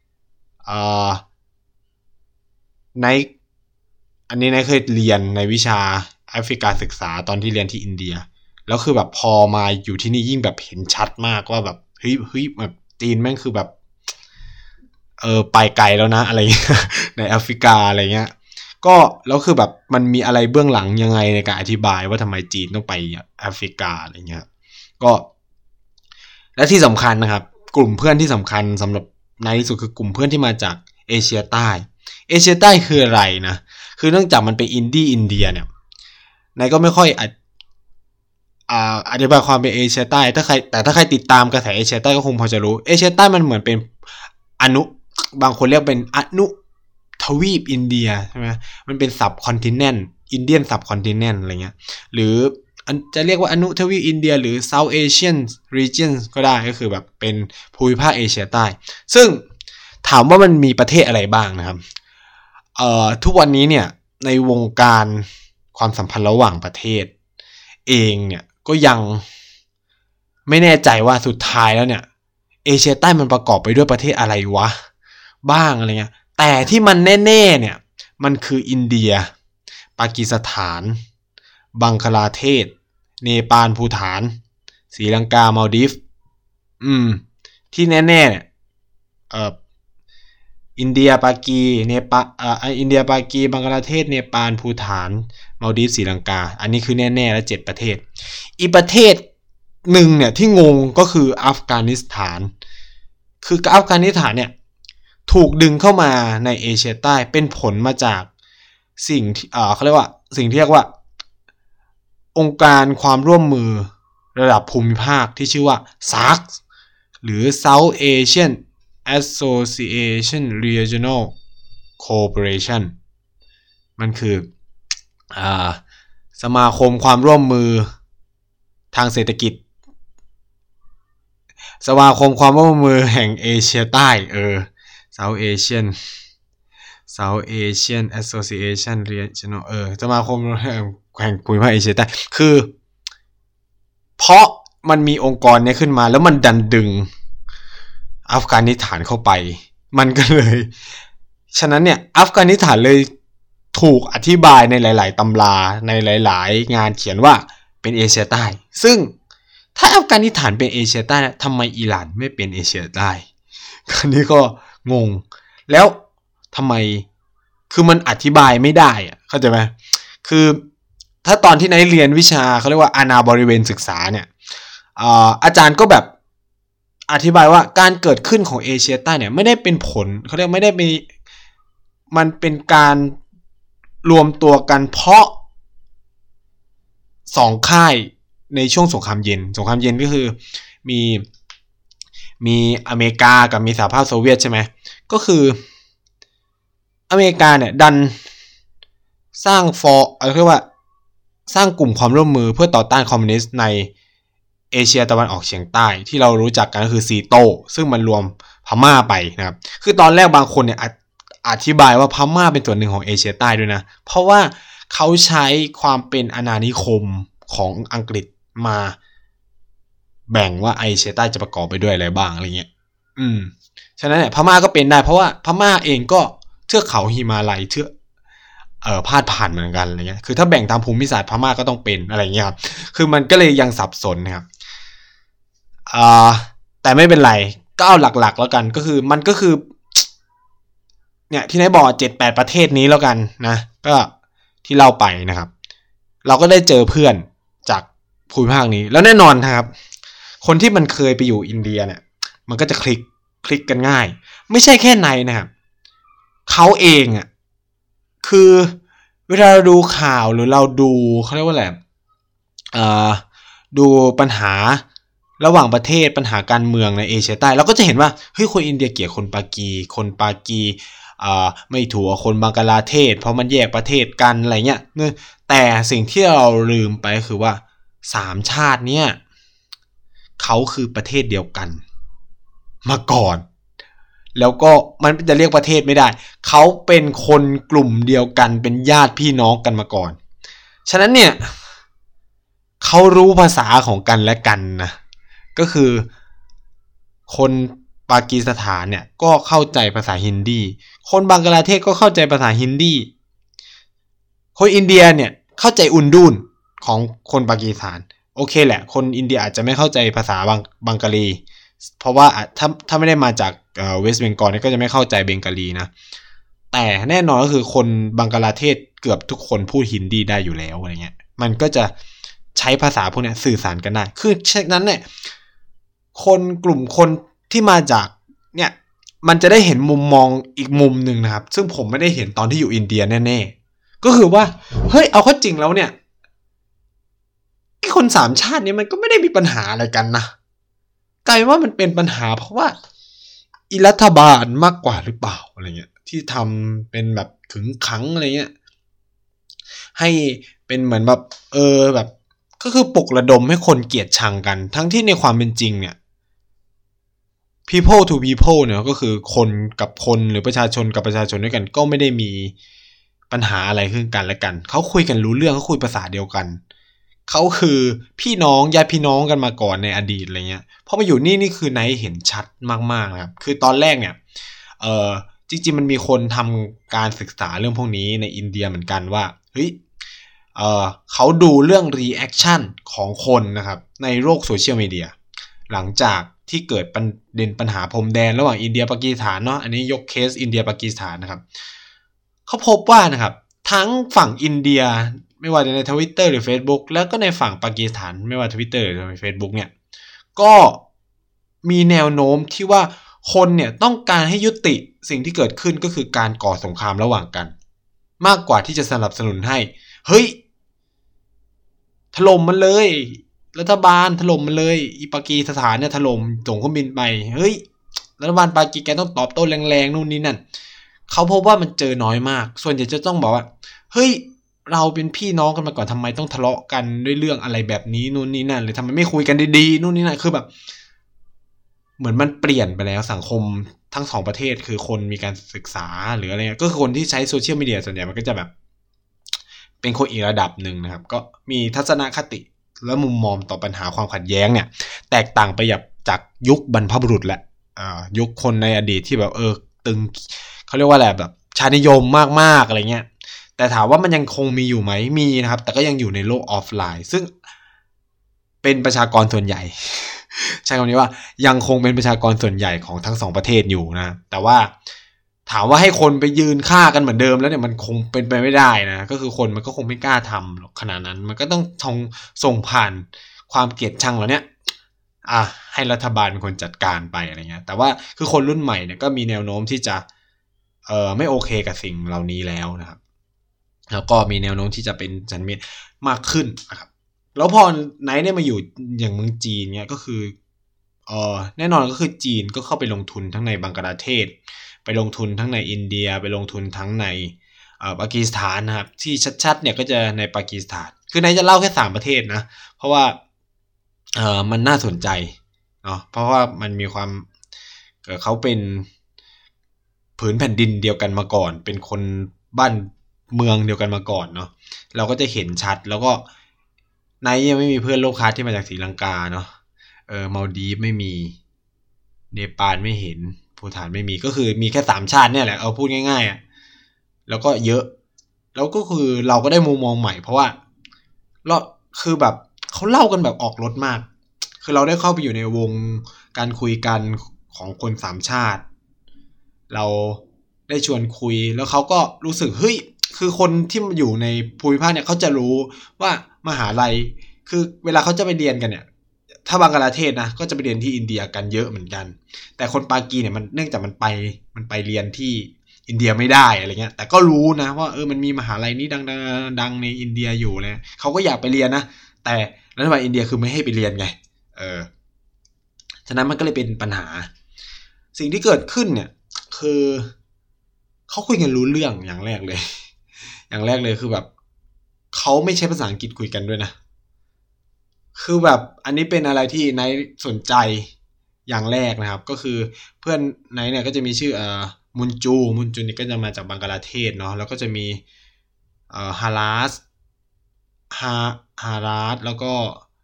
Speaker 1: อันนี้นายเคยเรียนในวิชาแอฟริกาศึกษาตอนที่เรียนที่อินเดียแล้วคือแบบพอมาอยู่ที่นี่ยิ่งแบบเห็นชัดมากว่าแบบเฮ้ยแบบจีนแม่งคือแบบไปไกลแล้วนะอะไรเงี้ย ในแอฟริกาอะไรเงี้ยก็แล้วคือแบบมันมีอะไรเบื้องหลังยังไงในการอธิบายว่าทำไมจีนต้องไปแอฟริกาอะไรเงี้ยก็และที่สำคัญนะครับกลุ่มเพื่อนที่สำคัญสำหรับในที่สุดคือกลุ่มเพื่อนที่มาจากเอเชียใต้เอเชียใต้คืออะไรนะคือเนื่องจากมันเป็นอินเดียเนี่ยนายก็ไม่ค่อยอธิบายความเป็นเอเชียใต้ถ้าใครติดตามกระแสเอเชียใต้ก็คงพอจะรู้เอเชียใต้มันเหมือนเป็นบางคนเรียกเป็นอนุทวีปอินเดียใช่ไหมมันเป็นซับคอนติเนนต์อินเดียนซับคอนติเนนต์อะไรเงี้ยหรือจะเรียกว่าอนุทวีปอินเดียหรือ South Asian region ก็ได้ก็คือแบบเป็นภูมิภาคเอเชียใต้ซึ่งถามว่ามันมีประเทศอะไรบ้างนะครับทุกวันนี้เนี่ยในวงการความสัมพันธ์ระหว่างประเทศเองเนี่ยก็ยังไม่แน่ใจว่าสุดท้ายแล้วเนี่ยเอเชียใต้มันประกอบไปด้วยประเทศอะไรวะบ้างอะไรเงี้ยแต่ที่มันแน่ๆเนี่ยมันคืออินเดียปากีสถานบังคลาเทศเนปาลภูฏานศรีลังกามัลดีฟที่แน่ๆเนี่ยอินเดียปากีเนปาอินเดียปากีบังกลาเทศเนปาลภูฏานมัลดีฟศรีลังกาอันนี้คือแน่ๆแล้ว7ประเทศอีกประเทศหนึ่งเนี่ยที่งงก็คืออัฟกานิสถานคืออัฟกานิสถานเนี่ยถูกดึงเข้ามาในเอเชียใต้เป็นผลมาจากสิ่งที่เขาเรียกว่าสิ่งที่เรียกว่าองค์การความร่วมมือระดับภูมิภาคที่ชื่อว่า SAARC หรือ South Asian Association Regional Cooperation มันคือสมาคมความร่วมมือทางเศรษฐกิจสมาคมความร่วมมือแห่งเอเชียใต้South Asian Association Regional สมาคมแห่งภูมิภาคเอเชียใต้คือเพราะมันมีองค์กรนี้ขึ้นมาแล้วมันดันดึงอัฟกานิสถานเข้าไปมันก็เลยฉะนั้นเนี่ยอัฟกานิสถานเลยถูกอธิบายในหลายๆตำราในหลายๆงานเขียนว่าเป็นเอเชียใต้ซึ่งถ้าอัฟกานิสถานเป็นเอเชียใต้ทำไมอิหร่านไม่เป็นเอเชียใต้อันนี้ก็งงแล้วทำไมคือมันอธิบายไม่ได้เข้าใจไหมคือถ้าตอนที่นายเรียนวิชาเขาเรียกว่าอาณาบริเวณศึกษาเนี่ยอาจารย์ก็แบบอธิบายว่าการเกิดขึ้นของเอเชียใต้เนี่ยไม่ได้เป็นผลเขาเรียกไม่ได้มีมันเป็นการรวมตัวกันเพราะ2ค่ายในช่วงสงครามเย็นก็คือมีอเมริกากับมีสหภาพโซเวียตใช่ไหมก็คืออเมริกาเนี่ยดันสร้างเรียกว่าสร้างกลุ่มความร่วมมือเพื่อต่อต้านคอมมิวนิสต์ในเอเชียตะวันออกเฉียงใต้ที่เรารู้จักกันก็คือซีโตซึ่งมันรวมพม่าไปนะครับคือตอนแรกบางคนเนี่ยอธิบายว่าพม่าเป็นส่วนหนึ่งของเอเชียใต้ด้วยนะเพราะว่าเขาใช้ความเป็นอาณานิคมของอังกฤษมาแบ่งว่าเอเชียใต้จะประกอบไปด้วยอะไรบ้างอะไรเงี้ยฉะนั้นเนี่ยพม่าก็เป็นได้เพราะว่าพม่าเองก็เทือกเขาหิมาลัยพาดผ่านเหมือนกันอะไรเงี้ยคือถ้าแบ่งตามภูมิศาสตร์พม่าก็ต้องเป็นอะไรเงี้ยครับคือมันก็เลยยังสับสนนะครับแต่ไม่เป็นไรก็เอาหลักๆแล้วกันก็คือมันก็คือเนี่ยที่นายบอก7-8ประเทศนี้แล้วกันนะก็ที่เล่าไปนะครับเราก็ได้เจอเพื่อนจากภูมิภาคนี้แล้วแน่นอนครับคนที่มันเคยไปอยู่อินเดียเนี่ยมันก็จะคลิกกันง่ายไม่ใช่แค่ในนะครับเขาเองคือเวลาเราดูข่าวหรือเราดูเขาเรียกว่าอะไรดูปัญหาระหว่างประเทศปัญหาการเมืองในเอเชียใต้เราก็จะเห็นว่าเฮ้ยคนอินเดียเกลียดคนปากีไม่ถูกคนบังกลาเทศเพราะมันแยกประเทศกันอะไรเงี้ยแต่สิ่งที่เราลืมไปคือว่า3ชาติเนี้ยเขาคือประเทศเดียวกันมาก่อนแล้วก็มันจะเรียกประเทศไม่ได้เขาเป็นคนกลุ่มเดียวกันเป็นญาติพี่น้องกันมาก่อนฉะนั้นเนี่ยเขารู้ภาษาของกันและกันนะก็คือคนปากีสถานเนี่ยก็เข้าใจภาษาฮินดีคนบังกลาเทศก็เข้าใจภาษาฮินดีคนอินเดียเนี่ยเข้าใจอุนดูนของคนปากีสถานโอเคแหละคนอินเดียอาจจะไม่เข้าใจภาษาบังกาลีเพราะว่าถ้าไม่ได้มาจากเวสต์เบงกอลเนี่ยก็จะไม่เข้าใจเบงกาลีนะแต่แน่นอนก็คือคนบังกลาเทศเกือบทุกคนพูดฮินดีได้อยู่แล้วอะไรเงี้ยมันก็จะใช้ภาษาพวกนี้สื่อสารกันได้คือเช่นนั้นเนี่ยกลุ่มคนที่มาจากเนี่ยมันจะได้เห็นมุมมองอีกมุมหนึ่งนะครับซึ่งผมไม่ได้เห็นตอนที่อยู่อินเดียแน่ๆก็คือว่าเฮ้ยเอาเข้าจริงแล้วเนี่ยไอ้คนสามชาตินี้มันก็ไม่ได้มีปัญหาอะไรกันนะกลายว่ามันเป็นปัญหาเพราะว่ารัฐบาลมากกว่าหรือเปล่าอะไรเงี้ยที่ทำเป็นแบบขึงขังอะไรเงี้ยให้เป็นเหมือนแบบแบบก็คือปลุกระดมให้คนเกลียดชังกันทั้งที่ในความเป็นจริงเนี่ย people to people เนี่ยก็คือคนกับคนหรือประชาชนกับประชาชนด้วยกันก็ไม่ได้มีปัญหาอะไรขึ้นกันและกันเขาคุยกันรู้เรื่องเขาคุยภาษาเดียวกันเขาคือพี่น้องญาติพี่น้องกันมาก่อนในอดีตอะไรเงี้ยพอมาอยู่นี่คือไนท์เห็นชัดมากๆนะครับคือตอนแรกเนี่ยจริงๆมันมีคนทำการศึกษาเรื่องพวกนี้ในอินเดียเหมือนกันว่าเฮ้ยเขาดูเรื่อง reaction ของคนนะครับในโลกโซเชียลมีเดียหลังจากที่เกิดประเด็นปัญหาพรมแดนระหว่างอินเดียปากีสถานเนาะอันนี้ยกเคสอินเดียปากีสถานนะครับเขาพบว่านะครับทั้งฝั่งอินเดียไม่ว่าจะใน Twitter หรือ Facebook แล้วก็ในฝั่งปากีสถานไม่ว่า Twitter หรือ Facebook เนี่ยก็มีแนวโน้มที่ว่าคนเนี่ยต้องการให้ยุติสิ่งที่เกิดขึ้นก็คือการก่อสงครามระหว่างกันมากกว่าที่จะสนับสนุนให้เฮ้ยถล่มมันเลยรัฐบาลถล่มมันเลยอีปากีสถานเนี่ยถล่มส่งเครื่องบินไปเฮ้ยรัฐบาลปากีแกต้องตอบโต้แรงๆนู่นนี่นั่นเขาพบว่ามันเจอน้อยมากส่วนใหญ่จะต้องบอกว่าเฮ้ยเราเป็นพี่น้องกันมาก่อนทำไมต้องทะเลาะกันด้วยเรื่องอะไรแบบนี้นู่นนี่นั่นเลยทำไมไม่คุยกันดีๆนู่นนี่นั่นคือแบบเหมือนมันเปลี่ยนไปแล้วสังคมทั้งสองประเทศคือคนมีการศึกษาหรืออะไรก็คือคนที่ใช้โซเชียลมีเดียส่วนใหญ่มันก็จะแบบเป็นคนอีกระดับหนึ่งนะครับก็มีทัศนคติและมุมมองต่อปัญหาความขัดแย้งเนี่ยแตกต่างไปจากยุคบรรพบุรุษและยุคคนในอดีตที่แบบตึงเขาเรียกว่าอะไรแบบชาตินิยมมากๆอะไรเงี้ยแต่ถามว่ามันยังคงมีอยู่ไหมมีนะครับแต่ก็ยังอยู่ในโลกออฟไลน์ซึ่งเป็นประชากรส่วนใหญ่ใช้คำนี้ว่ายังคงเป็นประชากรส่วนใหญ่ของทั้งสองประเทศอยู่นะแต่ว่าถามว่าให้คนไปยืนฆ่ากันเหมือนเดิมแล้วเนี่ยมันคงเป็นไปไม่ได้นะก็คือคนมันก็คงไม่กล้าทำหรอกขนาดนั้นมันก็ต้องส่งผ่านความเกลียดชังเหล่านี้ให้รัฐบาลเป็นคนจัดการไปอะไรเงี้ยแต่ว่าคือคนรุ่นใหม่เนี่ยก็มีแนวโน้มที่จะไม่โอเคกับสิ่งเหล่านี้แล้วนะครับแล้วก็มีแนวโน้มที่จะเป็นสันมิตรมากขึ้นนะครับแล้วพอไนท์ได้มาอยู่อย่างเมืองจีนเนี่ยก็คือแน่นอนก็คือจีนก็เข้าไปลงทุนทั้งในบังกลาเทศไปลงทุนทั้งในอินเดียไปลงทุนทั้งในปากีสถานนะครับที่ชัดๆเนี่ยก็จะในปากีสถานคือไนท์จะเล่าแค่3ประเทศนะเพราะว่ามันน่าสนใจเนาะเพราะว่ามันมีความเขาเป็นผืนแผ่นดินเดียวกันมาก่อนเป็นคนบ้านเมืองเดียวกันมาก่อนเนาะเราก็จะเห็นชัดแล้วก็ไนท์ยังไม่มีเพื่อนโลกค้าที่มาจากศรีลังกาเนาะมาลดีฟไม่มีเนปาลไม่เห็นภูฏานไม่มีก็คือมีแค่3ชาติเนี่ยแหละเอาพูดง่ายๆอ่ะแล้วก็เยอะแล้วก็คือเราก็ได้มุมมองใหม่เพราะว่าเราคือแบบเขาเล่ากันแบบออกรถมากคือเราได้เข้าไปอยู่ในวงการคุยกันของคน3ชาติเราได้ชวนคุยแล้วเขาก็รู้สึกเฮ้ยคือคนที่อยู่ในภูมิภาคเนี่ยเขาจะรู้ว่ามหาลัยคือเวลาเขาจะไปเรียนกันเนี่ยถ้าบังกลาเทศนะก็จะไปเรียนที่อินเดียกันเยอะเหมือนกันแต่คนปากีเนี่ยมันเนื่องจากมันไปเรียนที่อินเดียไม่ได้อะไรเงี้ยแต่ก็รู้นะว่ามันมีมหาลัยนี้ดังในอินเดียอยู่เลยเขาก็อยากไปเรียนนะแต่รัฐบาลอินเดียคือไม่ให้ไปเรียนไงฉะนั้นมันก็เลยเป็นปัญหาสิ่งที่เกิดขึ้นเนี่ยคือเขาคุยกันรู้เรื่องอย่างแรกเลยอย่างแรกเลยคือแบบเขาไม่ใช้ภาษาอังกฤษคุยกันด้วยนะคือแบบอันนี้เป็นอะไรที่ไนท์สนใจอย่างแรกนะครับก็คือเพื่อนไนท์เนี่ยก็จะมีชื่อมุนจูนี่ก็จะมาจากบังกลาเทศเนาะแล้วก็จะมีฮาราสแล้วก็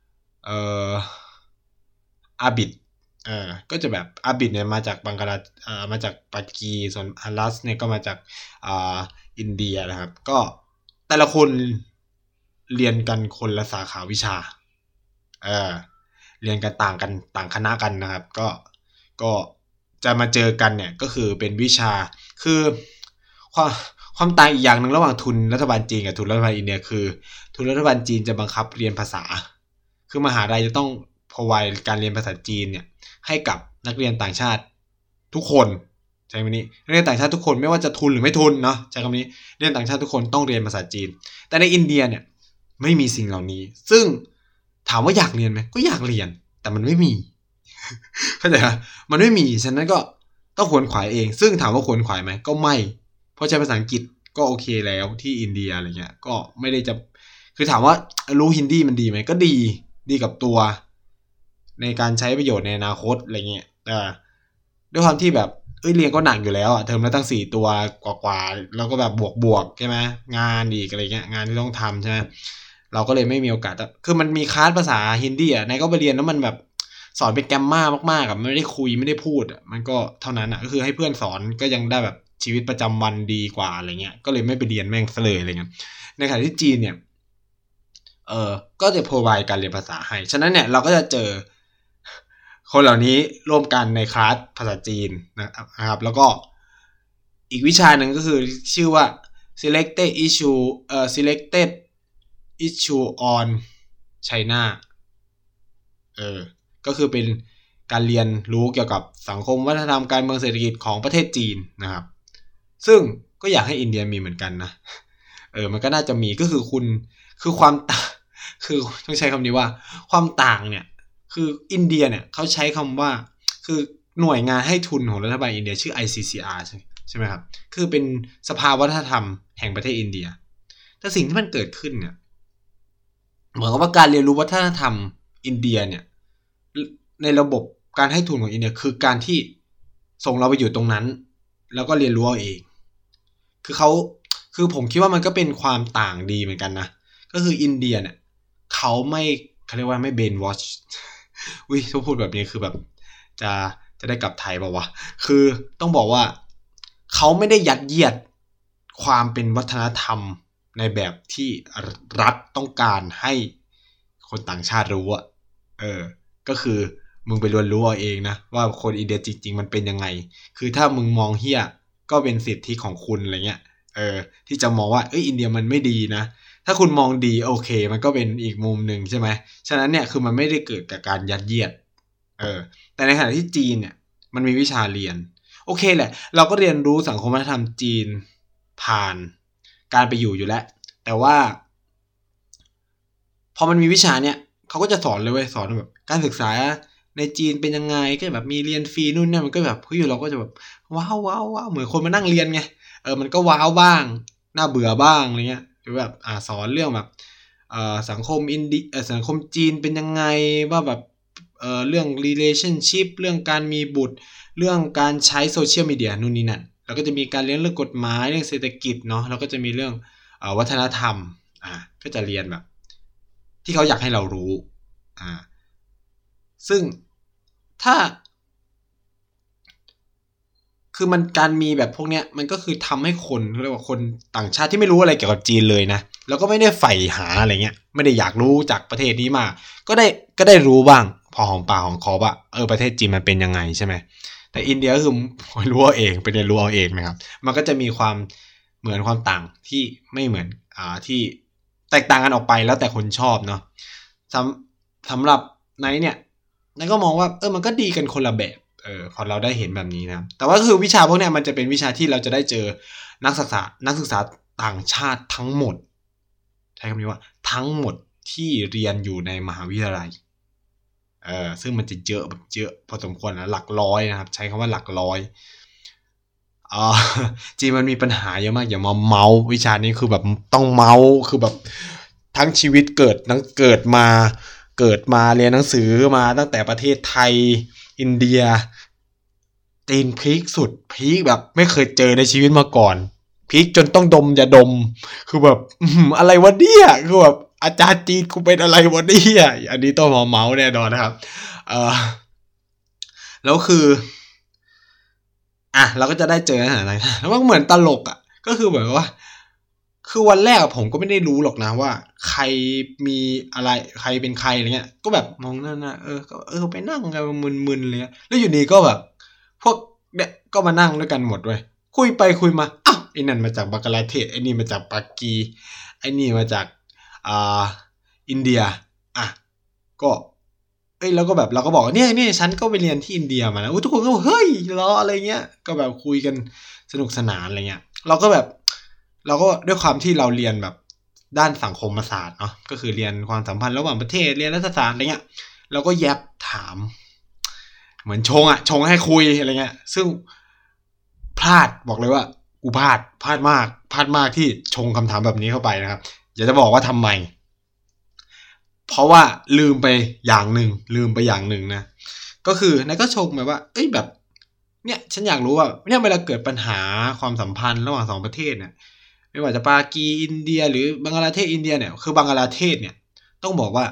Speaker 1: อาบิดก็จะแบบอาบิดเนี่ยมาจากบังกลามาจากปากีส่วนฮารัสเนี่ยก็มาจากอินเดียนะครับก็แต่ละคนเรียนกันคนละสาขาวิชาเรียนกันต่างคณะกันนะครับก็จะมาเจอกันเนี่ยก็คือเป็นวิชาคือความความต่างอีกอย่างหนึ่งระหว่างทุนรัฐบาลจีนกับทุนรัฐบาลอินเดียคือทุนรัฐบาลจีนจะบังคับเรียนภาษาคือมหาลัยจะต้องprovide การเรียนภาษาจีนเนี่ยให้กับนักเรียนต่างชาติทุกคนใช่ไหมนี้นักเรียนต่างชาติทุกคนไม่ว่าจะทุนหรือไม่ทุนเนาะใช้คำนี้เรียนต่างชาติทุกคนต้องเรียนภาษาจีนแต่ในอินเดียเนี่ยไม่มีสิ่งเหล่านี้ซึ่งถามว่าอยากเรียนไหมก็อยากเรียนแต่มันไม่มีเข้าใจไหมมันไม่มีฉะนั้นก็ต้องขวนขวายเองซึ่งถามว่าขวนขวายไหมก็ไม่เพราะใช้ภาษาอังกฤษก็โอเคแล้วที่อินเดียอะไรเงี้ยก็ไม่ได้จะคือถามว่ารู้ฮินดีมันดีไหมก็ดีกับตัวในการใช้ประโยชน์ในอนาคตอะไรเงี้ยแต่ด้วยความที่แบบเรียนก็หนักอยู่แล้วอ่ะเทอมละตั้ง4 ตัวกว่าแล้วก็แบบบวกใช่ไหมงานอีกอะไรเงี้ยงานที่ต้องทำใช่ไหมเราก็เลยไม่มีโอกาสคือมันมีคลาสภาษาฮินดีอ่ะนายก็ไปเรียนแล้วมันแบบสอนเป็นแกมม่ามากๆอ่ะไม่ได้คุยไม่ได้พูดอ่ะมันก็เท่านั้นอ่ะก็คือให้เพื่อนสอนก็ยังได้แบบชีวิตประจำวันดีกว่าอะไรเงี้ยก็เลยไม่ไปเรียนแม่งซะเลยอะไรเงี้ยในขณะที่จีนเนี่ยก็จะ provide การเรียนภาษาให้ฉะนั้นเนี่ยเราก็จะเจอคนเหล่านี้ร่วมกันในคลาสภาษาจีนนะครับแล้วก็อีกวิชาหนึ่งก็คือชื่อว่า selected issue on China ก็คือเป็นการเรียนรู้เกี่ยวกับสังคมวัฒนธรรมการเมืองเศรษฐกิจของประเทศจีนนะครับซึ่งก็อยากให้อินเดียมีเหมือนกันนะมันก็น่าจะมีก็คือคือความต่างคือต้องใช้คำนี้ว่าความต่างเนี่ยคืออินเดียเนี่ยเขาใช้คำว่าคือหน่วยงานให้ทุนของรัฐบาลอินเดียชื่อ ICCR ใช่ไหมครับคือเป็นสภาวัฒนธรรมแห่งประเทศอินเดียแต่สิ่งที่มันเกิดขึ้นเนี่ยเหมือนกับว่าการเรียนรู้วัฒนธรรมอินเดียเนี่ยในระบบการให้ทุนของอินเดียคือการที่ส่งเราไปอยู่ตรงนั้นแล้วก็เรียนรู้เอาเองคือผมคิดว่ามันก็เป็นความต่างดีเหมือนกันนะก็คืออินเดียเนี่ยเขาเรียกว่าไม่เบนวอชถ้าพูดแบบนี้คือแบบจะได้กลับไทยป่าววะคือต้องบอกว่าเขาไม่ได้ยัดเยียดความเป็นวัฒนธรรมในแบบที่รัฐต้องการให้คนต่างชาติรู้ก็คือมึงไปเรียนรู้เอาเองนะว่าคนอินเดียจริงๆมันเป็นยังไงคือถ้ามึงมองเหี้ยก็เป็นสิทธิของคุณอะไรเงี้ยที่จะมองว่าอินเดียมันไม่ดีนะถ้าคุณมองดีโอเคมันก็เป็นอีกมุมหนึ่งใช่ไหมฉะนั้นเนี่ยคือมันไม่ได้เกิดกับการยัดเยียดแต่ในขณะที่จีนเนี่ยมันมีวิชาเรียนโอเคแหละเราก็เรียนรู้สังคมวัฒนธรรมจีนผ่านการไปอยู่แล้วแต่ว่าพอมันมีวิชาเนี่ยเขาก็จะสอนเลยเว้ยสอนแบบการศึกษาในจีนเป็นยังไงก็แบบมีเรียนฟรีนู่นนั่นมันก็แบบเราก็จะแบบว้าวเหมือนคนมานั่งเรียนไงมันก็ว้าวบ้างน่าเบื่อบ้างอะไรเงี้ยหรือแบบสอนเรื่องแบบสังคมสังคมจีนเป็นยังไงว่าแบบเรื่อง relationship เรื่องการมีบุตรเรื่องการใช้โซเชียลมีเดียนู่นนี่นั่นแล้วก็จะมีการเรียนเรื่องกฎหมายเรื่องเศรษฐกิจเนาะแล้วก็จะมีเรื่องวัฒนธรรมก็จะเรียนแบบที่เขาอยากให้เรารู้ซึ่งถ้าคือมันการมีแบบพวกเนี้ยมันก็คือทำให้คนเรียกว่าคนต่างชาติที่ไม่รู้อะไรเกี่ยวกับจีนเลยนะแล้วก็ไม่ได้ใฝ่หาอะไรเงี้ยไม่ได้อยากรู้จากประเทศนี้มากก็ได้รู้บ้างพอหอมปากหอมคอว่าประเทศจีนมันเป็นยังไงใช่ไหมแต่อินเดียก็คือรู้เอาเองไปเรียนรู้เอาเองนะครับมันก็จะมีความเหมือนความต่างที่ไม่เหมือนที่แตกต่างกันออกไปแล้วแต่คนชอบเนาะสำหรับไนท์เนี่ยไนท์ก็มองว่ามันก็ดีกันคนละแบบพอเราได้เห็นแบบนี้นะแต่ว่าคือวิชาพวกเนี้ยมันจะเป็นวิชาที่เราจะได้เจอนักศึกษาต่างชาติทั้งหมดใช้คำนี้ว่าทั้งหมดที่เรียนอยู่ในมหาวิทยาลัยซึ่งมันจะเยอะแบบเยอะพอสมควรนะหลักร้อยนะครับใช้คำว่าหลักร้อยจริงมันมีปัญหาเยอะมากอย่ามาเมาวิชานี้คือแบบต้องเมาคือแบบทั้งชีวิตเกิดมาเรียนหนังสือมาตั้งแต่ประเทศไทยอินเดียจีนพีคสุดพีคแบบไม่เคยเจอในชีวิตมาก่อนพีคจนต้องดมยาดมคือแบบอะไรวะเนี่ยคือแบบอาจารย์จีนกูเป็นอะไรวะเนี่ยอันนี้ต้องเมาแน่นอนนะครับแล้วคือเราก็จะได้เจออะไรแล้วมันเหมือนตลกก็คือเหมือนว่าคือวันแรกผมก็ไม่ได้รู้หรอกนะว่าใครมีอะไรใครเป็นใครอะไรเงี้ยก็แบบมองนั่นนะก็ไปนั่งกันมึนๆเลยแล้วอยู่ดีก็แบบพวกเนี่ยก็มานั่งด้วยกันหมดเว้ยคุยไปคุยมาอ้าวไอ้นั่นมาจากบังกลาเทศไอ้นี่มาจากปากีไอ้นี่มาจากอินเดียอ่ะก็แล้วก็แบบเราก็บอกว่าเนี่ยฉันก็ไปเรียนที่อินเดียมาแล้วทุกคนก็เฮ้ยรออะไรเงี้ยก็แบบคุยกันสนุกสนานอะไรเงี้ยเราก็ด้วยความที่เราเรียนแบบด้านสังคมศาสตร์เนาะก็คือเรียนความสัมพันธ์ระหว่างประเทศเรียนรัฐศาสตร์อะไรเงี้ยเราก็แยบถามเหมือนชงให้คุยอะไรเงี้ยซึ่งพลาดบอกเลยว่ากูพลาดมากที่ชงคำถามแบบนี้เข้าไปนะครับอยากจะบอกว่าทำไมเพราะว่าลืมไปอย่างหนึ่งนะก็คือนายก็ชงแบบว่าแบบเนี่ยฉันอยากรู้ว่าเนี่ยเวลาเกิดปัญหาความสัมพันธ์ระหว่างสองประเทศเนี่ยไม่ว่าจะปากีอินเดียหรือบังกลาเทศอินเดียเนี่ยคือบังกลาเทศเนี่ยต้องบอกว่า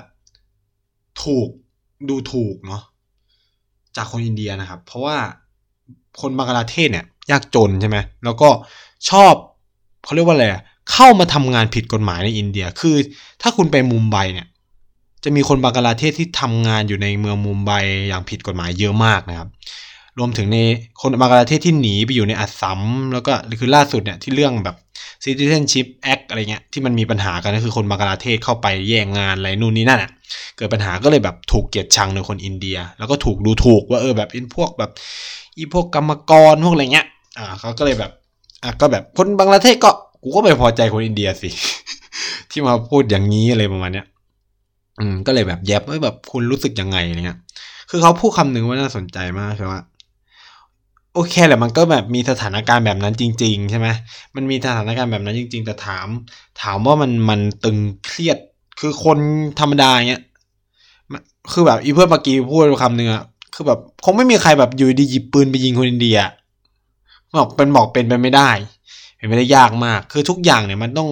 Speaker 1: ดูถูกเนาะจากคนอินเดียนะครับเพราะว่าคนบังกลาเทศเนี่ยยากจนใช่ไหมแล้วก็ชอบเขาเรียกว่าอะไรเข้ามาทำงานผิดกฎหมายในอินเดียคือถ้าคุณไปมุมไบเนี่ยจะมีคนบังกลาเทศที่ทำงานอยู่ในเมืองมุมไบอย่างผิดกฎหมายเยอะมากนะครับรวมถึงในคนบังกลาเทศที่หนีไปอยู่ในอัสสัมแล้วก็คือล่าสุดเนี่ยที่เรื่องแบบ Citizenship Act อะไรเงี้ยที่มันมีปัญหากันก็คือคนบังกลาเทศเข้าไปแย่งงานอะไรนู่นนี่นั่นเกิดปัญหาก็เลยแบบถูกเกลียดชังโดยคนอินเดียแล้วก็ถูกดูถูกว่าแบบเป็นพวกแบบพวกกรรมกรพวกอะไรเงี้ยเขาก็เลยแบบก็แบบคนบังกลาเทศกูก็ไม่พอใจคนอินเดียสิ ที่มาพูดอย่างนี้อะไรประมาณเนี้ยก็เลยแบบแยบว่าแบบคุณรู้สึกยังไงอะไรเงี้ยคือเขาพูดคำหนึ่งว่าน่าสนใจมากคือว่าโอเคแหละมันก็แบบมีสถานการณ์แบบนั้นจริงๆใช่ไหมมันมีสถานการณ์แบบนั้นจริงๆแต่ถามว่ามันตึงเครียดคือคนธรรมดาเงี้ยคือแบบเพื่อนปากีพูดคำหนึ่งอะคือแบบคงไม่มีใครแบบอยู่ดีหยิบปืนไปยิงคนอินเดียบอกเป็นไปไม่ได้เป็นไม่ได้ยากมากคือทุกอย่างเนี่ยมันต้อง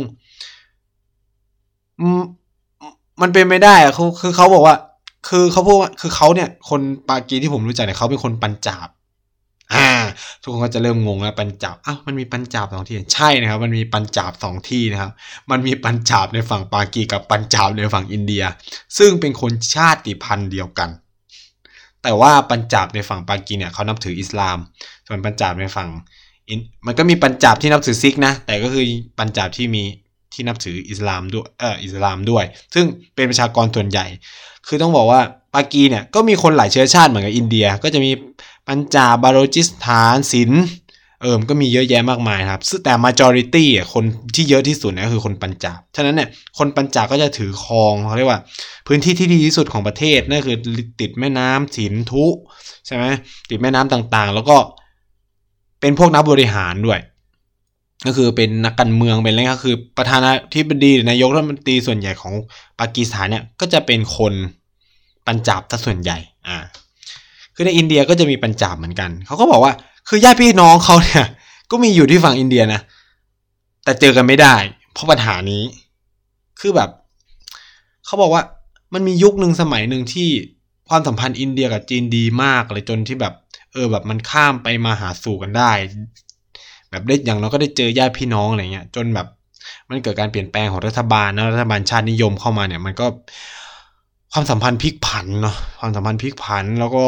Speaker 1: มันเป็นไม่ได้อะคือเขาบอกว่าคือเขาพูดว่าคือเขาเนี่ยคนปากีที่ผมรู้จักเนี่ยเขาเป็นคนปัญจาบทุกคนก็จะเริ่มงงแล้วปัญจาบมันมีปัญจาบ2ที่ใช่นะครับมันมีปัญจาบ2ที่นะครับมันมีปัญจาบในฝั่งปากีกับปัญจาบในฝั่งอินเดียซึ่งเป็นคนชาติพันธุ์เดียวกันแต่ว่าปัญจาบในฝั่งปากีเนี่ยเขานับถืออิสลามส่วนปัญจาบในฝั่งมันก็มีปัญจาบที่นับถือซิกนะแต่ก็คือปัญจาบที่นับถืออิสลามด้วยซึ่งเป็นประชากรส่วนใหญ่คือต้องบอกว่าปากีเนี่ยก็มีคนหลายเชื้อชาติเหมือนกับอินเดียก็จะมีปัญจาบบาโลจิสถานสินมันก็มีเยอะแยะมากมายครับแต่ majority คนที่เยอะที่สุดก็คือคนปัญจาบฉะนั้นเนี่ยคนปัญจาบก็จะถือครองเขาเรียกว่าพื้นที่ที่ดีที่สุดของประเทศนั่นคือติดแม่น้ำสินธุใช่ไหมติดแม่น้ำต่างๆแล้วก็เป็นพวกนักบริหารด้วยก็คือเป็นนักการเมืองเป็นอะไรก็คือประธานาธิบดีหรือนายกรัฐมนตรีส่วนใหญ่ของปากีสถานเนี่ยก็จะเป็นคนปัญจาบซะส่วนใหญ่คือในอินเดียก็จะมีปัญจาบเหมือนกันเขาก็บอกว่าคือญาติพี่น้องเขาเนี่ยก็มีอยู่ที่ฝั่งอินเดียนะแต่เจอกันไม่ได้เพราะปัญหานี้คือแบบเขาบอกว่ามันมียุคนึงสมัยนึงที่ความสัมพันธ์อินเดียกับจีนดีมากเลยจนที่แบบแบบมันข้ามไปมาหาสู่กันได้แบบได้อย่างน้อยก็ได้เจอญาติพี่น้องอะไรเงี้ยจนแบบมันเกิดการเปลี่ยนแปลงของรัฐบาลนะรัฐบาลชาตินิยมเข้ามาเนี่ยมันก็ความสัมพันธ์พลิกผันเนาะความสัมพันธ์พลิกผันแล้วก็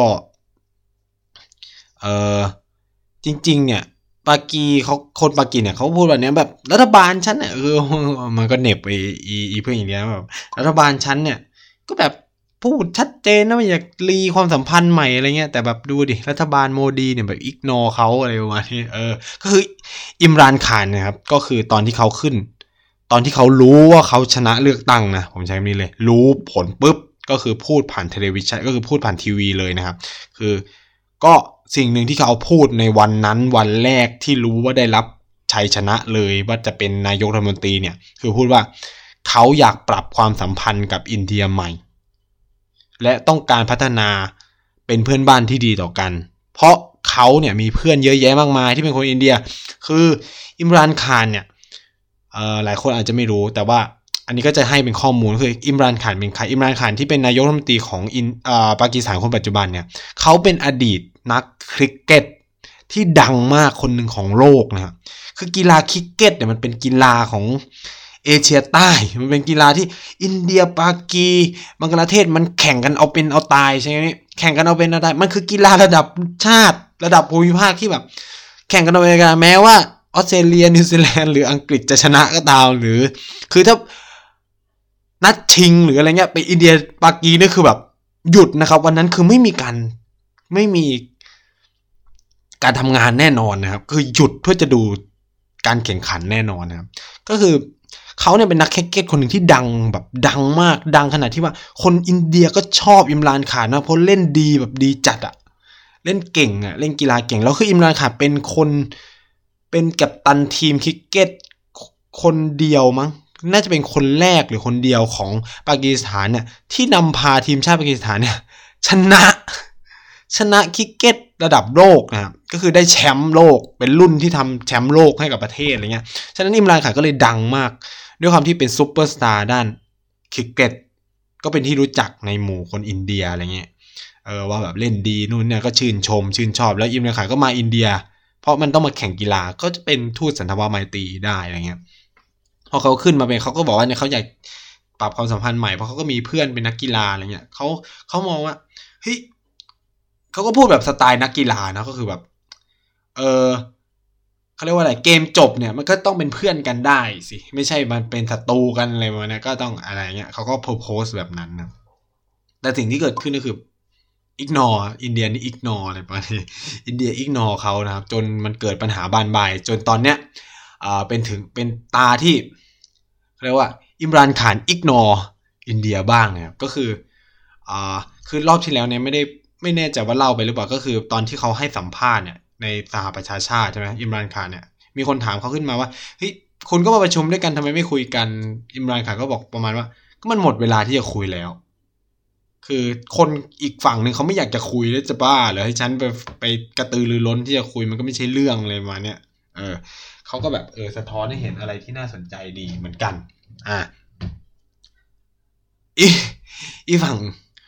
Speaker 1: จริงๆเนี่ยปากีเขาคนปากีเนี่ยเขาพูดแบบนี้แบบรัฐบาลฉันเนี่ยมันก็เหน็บเพื่อนอย่างเงี้ยแบบรัฐบาลฉันเนี่ยก็แบบพูดชัดเจนนะไม่อยากรีความสัมพันธ์ใหม่อะไรเงี้ยแต่แบบดูดิรัฐบาลโมดีเนี่ยแบบอิกนอเขาอะไรประมาณนี้ก็คืออิมรานข่านนะครับก็คือตอนที่เขาขึ้นตอนที่เขารู้ว่าเขาชนะเลือกตั้งนะผมใช้คำนี้เลยรู้ผลปุ๊บก็คือพูดผ่านเทเลวิชันก็คือพูดผ่านทีวีเลยนะครับคือก็สิ่งหนึ่งที่เขาพูดในวันนั้นวันแรกที่รู้ว่าได้รับชัยชนะเลยว่าจะเป็นนายกรัฐมนตรีเนี่ยคือพูดว่าเขาอยากปรับความสัมพันธ์กับอินเดียใหม่และต้องการพัฒนาเป็นเพื่อนบ้านที่ดีต่อกันเพราะเขาเนี่ยมีเพื่อนเยอะแยะมากมายที่เป็นคนอินเดียคืออิมรานข่านเนี่ยหลายคนอาจจะไม่รู้แต่ว่าอันนี้ก็จะให้เป็นข้อมูลคืออิมรานข่านเป็นใครอิมรานข่านที่เป็นนายกรัฐมนตรีของปากีสถานคนปัจจุบันเนี่ยเขาเป็นอดีตนักคริกเก็ตที่ดังมากคนหนึ่งของโลกนะครับคือกีฬาคริกเก็ตเนี่ยมันเป็นกีฬาของเอเชียใต้มันเป็นกีฬาที่อินเดียปากีบังกลาเทศมันแข่งกันเอาเป็นเอาตายใช่ไหมแข่งกันเอาเป็นเอาตายมันคือกีฬาระดับชาติระดับภูมิภาคที่แบบแข่งกันเอาเป็นกันแม้ว่าออสเตรเลียนิวซีแลนด์หรืออังกฤษจะชนะก็ตามหรือคือถ้านัดชิงหรืออะไรเงี้ยไปอินเดียปากีนี่คือแบบหยุดนะครับวันนั้นคือไม่มีการทำงานแน่นอนนะครับคือหยุดเพื่อจะดูการแข่งขันแน่นอนนะครับก็คือเขาเนี่ยเป็นนักคริกเก็ตคนหนึ่งที่ดังแบบดังมากดังขนาดที่ว่าคนอินเดียก็ชอบอิมรานข่านนะเพราะเล่นดีแบบดีจัดอะเล่นเก่งอะเล่นกีฬาเก่งแล้วคืออิมรานข่านเป็นกัปตันทีมคริกเก็ตคนเดียวมั้งน่าจะเป็นคนแรกหรือคนเดียวของปากีสถานเนี่ยที่นำพาทีมชาติปากีสถานเนี่ยชนะคริกเก็ตระดับโลกนะครับก็คือได้แชมป์โลกเป็นรุ่นที่ทำแชมป์โลกให้กับประเทศอะไรเงี้ยฉะนั้นอิมรานข่านก็เลยดังมากด้วยความที่เป็นซุปเปอร์สตาร์ด้านคริกเก็ตก็เป็นที่รู้จักในหมู่คนอินเดียอะไรเงี้ยว่าแบบเล่นดีนู่นเนี่ยก็ชื่นชอบแล้วอิมรานข่านก็มาอินเดียเพราะมันต้องมาแข่งกีฬาก็จะเป็นทูตสันทวไมตรีได้อะไรเงี้ยพอเขาขึ้นมาเป็นเขาก็บอกว่าเนี่ยเขาอยากปรับความสัมพันธ์ใหม่เพราะเขาก็มีเพื่อนเป็นนักกีฬาอะไรเงี้ยเขามองว่าเฮ้ยเขาก็พูดแบบสไตล์นักกีฬานะก็คือแบบเขาเรียกว่าอะไรเกมจบเนี่ยมันก็ต้องเป็นเพื่อนกันได้สิไม่ใช่มันเป็นศัตรูกันอะไรมาเนี่ยก็ต้องอะไรเงี้ยเขาก็โพสแบบนั้นนะแต่สิ่งที่เกิดขึ้นก็คือignore อินเดียนี่ ignore อะไรประมาณนี้อินเดีย ignore เขานะครับจนมันเกิดปัญหาบานปลายจนตอนเนี้ยเป็นตาที่เรียกว่าอิมรานข่าน ignore อินเดียบ้างนะครับก็คือรอบที่แล้วเนี่ยไม่แน่ใจว่าเล่าไปหรือเปล่าก็คือตอนที่เขาให้สัมภาษณ์เนี่ยในสหประชาชาติใช่ไหมอิมรานข่านเนี่ยมีคนถามเขาขึ้นมาว่าเฮ้ยคุณก็มาประชุมด้วยกันทำไมไม่คุยกันอิมรานข่านก็บอกประมาณว่าก็มันหมดเวลาที่จะคุยแล้วคือคนอีกฝั่งนึงเขาไม่อยากจะคุยแล้วจะบ้าเหรอให้ฉันไปกระตือรือร้นที่จะคุยมันก็ไม่ใช่เรื่องเลยมาเนี่ยเขาก็แบบสะท้อนให้เห็นอะไรที่น่าสนใจดีเหมือนกันอีฝั่ง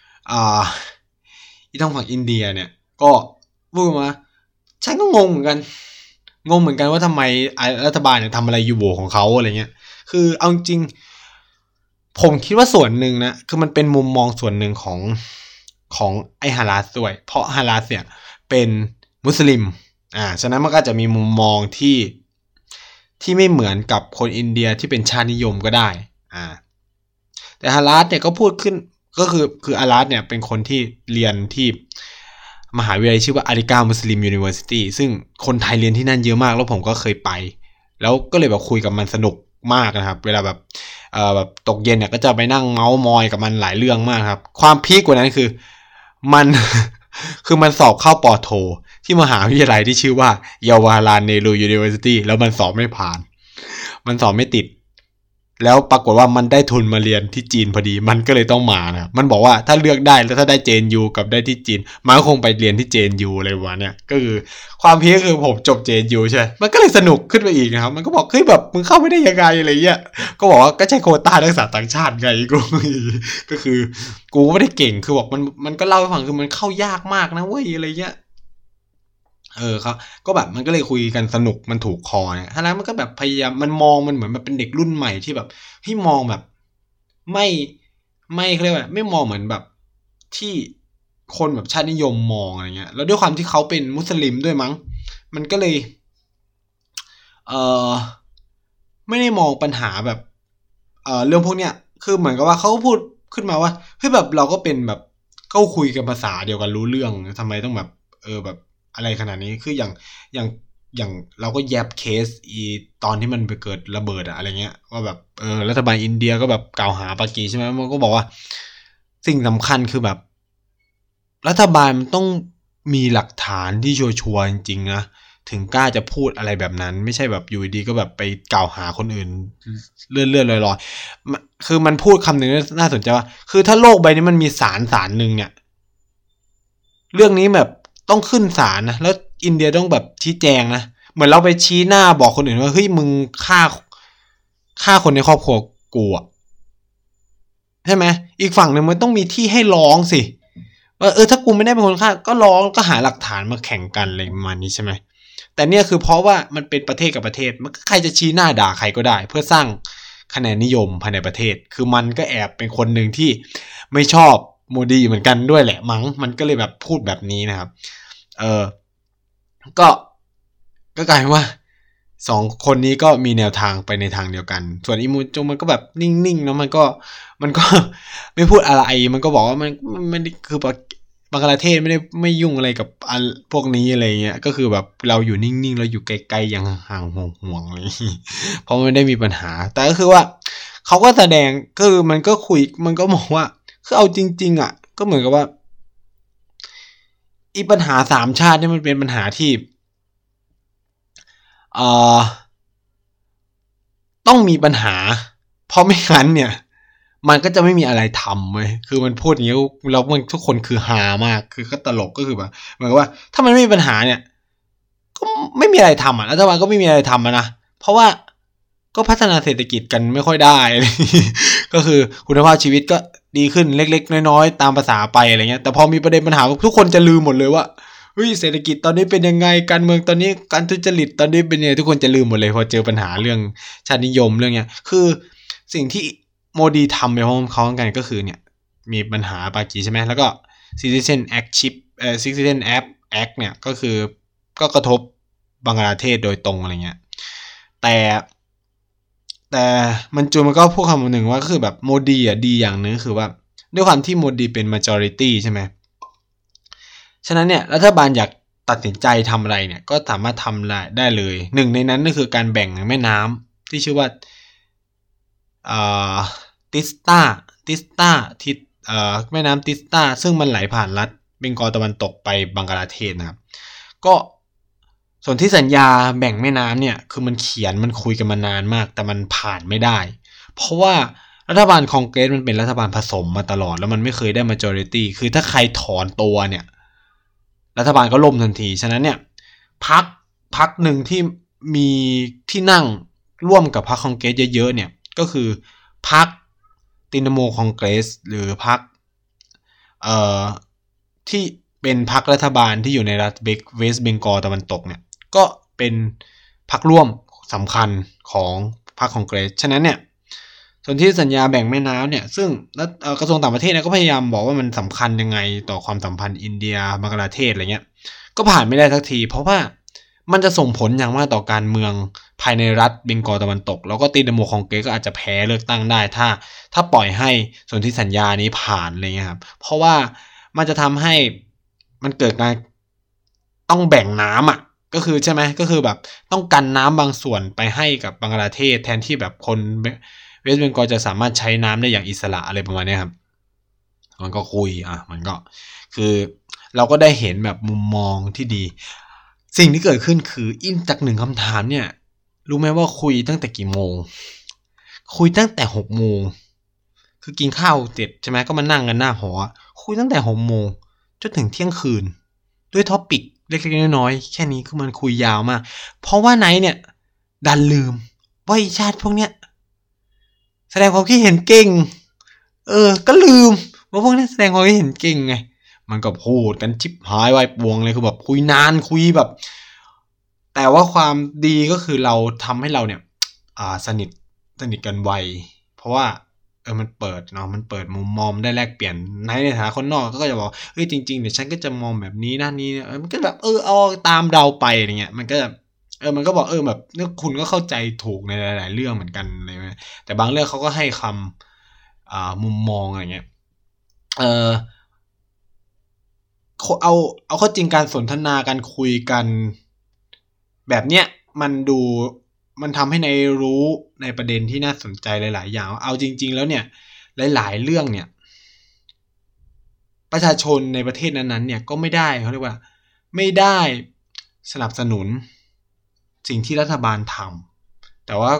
Speaker 1: ทางฝั่งอินเดียเนี่ยก็พูดมาฉันก็งงเหมือนกันว่าทำไมรัฐบาลเนี่ยทำอะไรอยู่โบของเขาอะไรเงี้ยคือเอาจริงผมคิดว่าส่วนหนึ่งนะคือมันเป็นมุมมองส่วนหนึ่งของไอฮาราสด้วยเพราะฮาราสเนี่ยเป็นมุสลิมฉะนั้นมันก็จะมีมุมมองที่ไม่เหมือนกับคนอินเดียที่เป็นชาตินิยมก็ได้แต่ฮาราสเนี่ยก็พูดขึ้นก็คืออาราสเนี่ยเป็นคนที่เรียนที่มหาวิทยาลัยชื่อว่าอาริกามุสลิมยูนิเวอร์ซิตี้ซึ่งคนไทยเรียนที่นั่นเยอะมากแล้วผมก็เคยไปแล้วก็เลยแบบคุยกับมันสนุกมากนะครับเวลาแบบตกเย็นเนี่ยก็จะไปนั่งเมาส์มอยกับมันหลายเรื่องมากครับความพีคกว่านั้นคือมัน คือมันสอบเข้าปอโทที่มหาวิทยาลัยที่ชื่อว่าเยาวาราเนรูยูนิเวอร์ซิตี้แล้วมันสอบไม่ผ่านมันสอบไม่ติดแล้วปรากฏว่ามันได้ทุนมาเรียนที่จีนพอดีมันก็เลยต้องมานะมันบอกว่าถ้าเลือกได้แล้วถ้าได้เจนยูกับได้ที่จีนมันก็คงไปเรียนที่เจนยูอะไรประมาณเนี้ยก็คือความพีคคือผมจบเจนยูใช่มันก็เลยสนุกขึ้นไปอีกนะครับมันก็บอกเฮ้ยแบบมึงเข้าไม่ได้ยังไงอะไรเงี้ยก็บอกว่าก็ใช้โควต้านักศึกษาต่างชาติไงกูก็คือกูไม่ได้เก่งคือบอกมันก็เล่าให้ฟังคือมันเข้ายากมากนะเว้ยอะไรเงี้ยครับก็แบบมันก็เลยคุยกันสนุกมันถูกคอเนี่ยแล้วมันก็แบบพยายามมันมองมันเหมือนมันเป็นเด็กรุ่นใหม่ที่แบบที่มองแบบไม่เขาเรียกว่าไม่มองเหมือนแบบที่คนแบบชาตินิยมมองอะไรเงี้ยแล้วด้วยความที่เขาเป็นมุสลิมด้วยมั้งมันก็เลยไม่ได้มองปัญหาแบบเรื่องพวกเนี้ยคือเหมือนกับว่าเขาพูดขึ้นมาว่าเฮ้ยแบบเราก็เป็นแบบก็คุยกันภาษาเดียวกันรู้เรื่องทำไมต้องแบบแบบอะไรขนาดนี้คืออย่างเราก็แยบเคสตอนที่มันไปเกิดระเบิดอะไรเงี้ยว่าแบบรัฐบาลอินเดียก็แบบกล่าวหาปากีใช่ไหมมันก็บอกว่าสิ่งสำคัญคือแบบรัฐบาลมันต้องมีหลักฐานที่ชัวร์จริงๆนะถึงกล้าจะพูดอะไรแบบนั้นไม่ใช่แบบอยู่ดีก็แบบไปกล่าวหาคนอื่นเลื่อนๆลอยๆคือมันพูดคำหนึ่งน่าสนใจว่าคือถ้าโลกใบนี้มันมีศาลนึงเนี่ยเรื่องนี้แบบต้องขึ้นศาลนะแล้วอินเดียต้องแบบชี้แจงนะเหมือนเราไปชี้หน้าบอกคนอื่นว่าเฮ้ยมึงฆ่าคนในครอบครัวกูอ่ะใช่ไหมอีกฝั่งหนึ่งมันต้องมีที่ให้ร้องสิว่าถ้ากูไม่ได้เป็นคนฆ่าก็ร้องก็หาหลักฐานมาแข่งกันอะไรประมาณนี้ใช่ไหมแต่เนี่ยคือเพราะว่ามันเป็นประเทศกับประเทศมันใครจะชี้หน้าด่าใครก็ได้เพื่อสร้างคะแนนนิยมภายในประเทศคือมันก็แอบเป็นคนหนึ่งที่ไม่ชอบโมดีเหมือนกันด้วยแหละมั้งมันก็เลยแบบพูดแบบนี้นะครับก็กลายเป็นว่าสองคนนี้ก็มีแนวทางไปในทางเดียวกันส่วนอิมูจงมันก็แบบนิ่งๆแล้วมันก็ไม่พูดอะไรมันก็บอกว่ามันคือบังกลาเทศไม่ยุ่งอะไรกับพวกนี้อะไรเงี้ยก็คือแบบเราอยู่นิ่งๆเราอยู่ไกลๆอย่างห่างๆห่วงๆอะไรเพราะมันไม่ได้มีปัญหาแต่ก็คือว่าเขาก็แสดงคือมันก็คุยมันก็บอกว่าคือเอาจริงๆอ่ะก็เหมือนกับว่าอีปัญหา3ชาตินี่มันเป็นปัญหาที่ต้องมีปัญหาเพราะไม่งั้นเนี่ยมันก็จะไม่มีอะไรทำเว้ยคือมันพูดอย่างนี้แล้วมันทุกคนคือฮามากคือก็ตลกก็คือแบบเหมือนกับว่าถ้ามันไม่มีปัญหาเนี่ยก็ไม่มีอะไรทำอ่ะรัฐบาลก็ไม่มีอะไรทำนะเพราะว่าก็พัฒนาเศรษฐกิจกันไม่ค่อยได้ ก็คือคุณภาพชีวิตก็ดีขึ้นเล็กๆน้อยๆตามภาษาไปอะไรเงี้ยแต่พอมีประเด็นปัญหาทุกคนจะลืมหมดเลยว่าเศรษฐกิจตอนนี้เป็นยังไงการเมืองตอนนี้การทุจริตตอนนี้เป็นยังไงทุกคนจะลืมหมดเลยพอเจอปัญหาเรื่องชาตินิยมเรื่องเนี้ยคือสิ่งที่โมดีทำไปพร้อมเขากันก็คือเนี่ยมีปัญหาปากีใช่ไหมแล้วก็ Citizen Act Chip Citizen Act เนี่ยก็คือก็กระทบบังกลาเทศโดยตรงอะไรเงี้ยแต่มันก็พูดคำหนึ่งว่าคือแบบโมดีอ่ะดีอย่างนึงคือว่าด้วยความที่โมดีเป็น majority ใช่ไหมฉะนั้นเนี่ยรัฐบาลอยากตัดสินใจทำอะไรเนี่ยก็สามารถทำได้เลยหนึ่งในนั้นก็คือการแบ่งแม่น้ำที่ชื่อว่าติสตาที่แม่น้ำติสตาซึ่งมันไหลผ่านรัฐเบงกอลตะวันตกไปบังกลาเทศนะครับก็ส่วนที่สัญญาแบ่งแม่น้ำเนี่ยคือมันคุยกันมานานมากแต่มันผ่านไม่ได้เพราะว่ารัฐบาลคองเกรสมันเป็นรัฐบาลผสมมาตลอดแล้วมันไม่เคยได้ majority คือถ้าใครถอนตัวเนี่ยรัฐบาลก็ล่มทันทีฉะนั้นเนี่ยพรรคหนึ่งที่มีที่นั่งร่วมกับพรรคคองเกรสเยอะๆเนี่ยก็คือพรรคตินาโมคองเกรสหรือพรรคที่เป็นพรรครัฐบาลที่อยู่ในรัฐเวสต์เบงกอลตะวันตกเนี่ยก็เป็นพรรคร่วมสำคัญของพรรคคองเกรสฉะนั้นเนี่ยส่วนที่สัญญาแบ่งแม่น้ำเนี่ยซึ่งกระทรวงต่างประเทศเนี่ยก็พยายามบอกว่ามันสำคัญยังไงต่อความสัมพันธ์อินเดียบังกลาเทศอะไรเงี้ยก็ผ่านไม่ได้สักทีเพราะว่ามันจะส่งผลอย่างมากต่อการเมืองภายในรัฐเบงกอลตะวันตกแล้วก็ตินาโมคองเกรสก็อาจจะแพ้เลือกตั้งได้ถ้าปล่อยให้ส่วนที่สัญญานี้ผ่านอะไรเงี้ยครับเพราะว่ามันจะทำให้มันเกิดการต้องแบ่งน้ำอ่ะก็คือใช่ไหมก็คือแบบต้องกันน้ำบางส่วนไปให้กับบังกลาเทศแทนที่แบบคนเวสต์เบงกอลจะสามารถใช้น้ำได้อย่างอิสระอะไรประมาณนี้ครับมันก็คุยมันก็คือเราก็ได้เห็นแบบมุมมองที่ดีสิ่งที่เกิดขึ้นคืออินจาก1คำถามเนี่ยรู้ไหมว่าคุยตั้งแต่กี่โมงคุยตั้งแต่6 โมงคือกินข้าวเสร็จใช่ไหมก็มานั่งกันหน้าหอคุยตั้งแต่6 โมงจนถึงเที่ยงคืนด้วยท็อปิกเล็กๆน้อยๆแค่นี้คือมันคุยยาวมากเพราะว่าไนท์เนี่ยดันลืมว่าชาติพวกเนี้ยแสดงความคิดเห็นเก่งก็ลืมว่าพวกนี้แสดงความคิดเห็นเก่งไงมันก็พูดกันชิบหายวายปวงเลยคือแบบคุยนานคุยแบบแต่ว่าความดีก็คือเราทำให้เราเนี่ยสนิทกันไวเพราะว่ามันเปิดเนาะมันเปิดมุมมองได้แลกเปลี่ยนในฐานะคนนอกก็จะบอกจริงๆเดี๋ยวฉันก็จะมองแบบนี้นะนี่มันก็แบบเอาตามเราไปอะไรเงี้ยมันก็มันก็บอกแบบเนี่ยคุณก็เข้าใจถูกในหลายๆเรื่องเหมือนกันอะไรเงี้ยแต่บางเรื่องเขาก็ให้คำมุมมองอะไรเงี้ยเอาเข้าจริงการสนทนาการคุยกันแบบเนี้ยมันทำให้ในรู้ในประเด็นที่น่าสนใจหลายๆอย่างเอาจริงๆแล้วเนี่ยหลายๆเรื่องเนี่ยประชาชนในประเทศนั้นๆเนี่ยก็ไม่ได้เขาเรียกว่าไม่ได้สนับสนุนสิ่งที่รัฐบาลทำแต่ว่า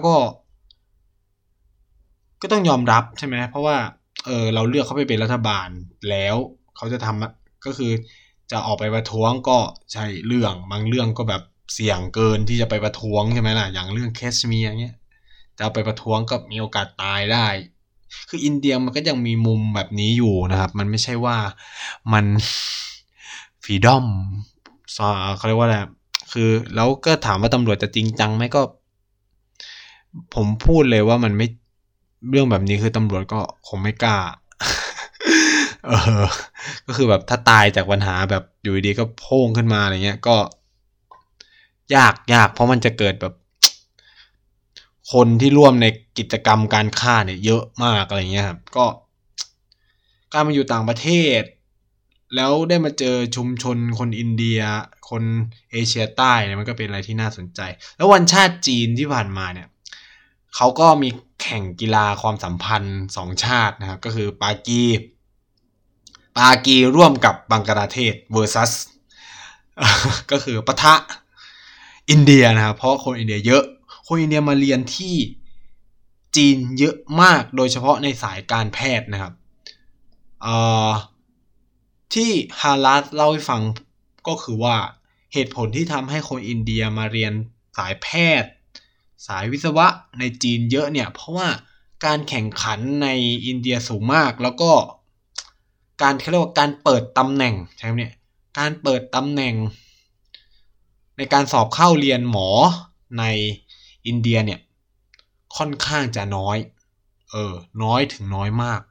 Speaker 1: ก็ต้องยอมรับใช่ไหมเพราะว่าเราเลือกเขาไปเป็นรัฐบาลแล้วเขาจะทำก็คือจะออกไปประท้วงก็ใช่เรื่องบางเรื่องก็แบบเสี่ยงเกินที่จะไปประท้วงใช่ไหมล่ะอย่างเรื่องแคชเมียร์เงี้ยจะเอาไปประท้วงก็มีโอกาสตายได้คืออินเดียมันก็ยังมีมุมแบบนี้อยู่นะครับมันไม่ใช่ว่ามันฟรีดอมเขาเรียกว่าอะไรคือแล้วก็ถามว่าตำรวจจะจริงจังไหมก็ผมพูดเลยว่ามันไม่เรื่องแบบนี้คือตำรวจก็คงไม่กล้า เออก็คือแบบถ้าตายจากปัญหาแบบอยู่ดีก็โพ่งขึ้นมาอะไรเงี้ยก็ยากเพราะมันจะเกิดแบบคนที่ร่วมในกิจกรรมการฆ่าเนี่ยเยอะมากอะไรเงี้ยครับก็การมาอยู่ต่างประเทศแล้วได้มาเจอชุมชนคนอินเดียคนเอเชียใต้เนี่ยมันก็เป็นอะไรที่น่าสนใจแล้ววันชาติจีนที่ผ่านมาเนี่ยเขาก็มีแข่งกีฬาความสัมพันธ์2ชาตินะครับก็คือปากีร่วมกับบังกลาเทศ versus ก็คือปะทะอินเดียนะครับเพราะคนอินเดียเยอะคนอินเดียมาเรียนที่จีนเยอะมากโดยเฉพาะในสายการแพทย์นะครับที่ฮารัสเล่าให้ฟังก็คือว่าเหตุผลที่ทำให้คนอินเดียมาเรียนสายแพทย์สายวิศวะในจีนเยอะเนี่ยเพราะว่าการแข่งขันในอินเดียสูงมากแล้วก็เขาเรียกว่าการเปิดตำแหน่งใช่ไหมเนี่ยการเปิดตำแหน่งในการสอบเข้าเรียนหมอในอินเดียเนี่ยค่อนข้างจะน้อยน้อยถึงน้อยมาก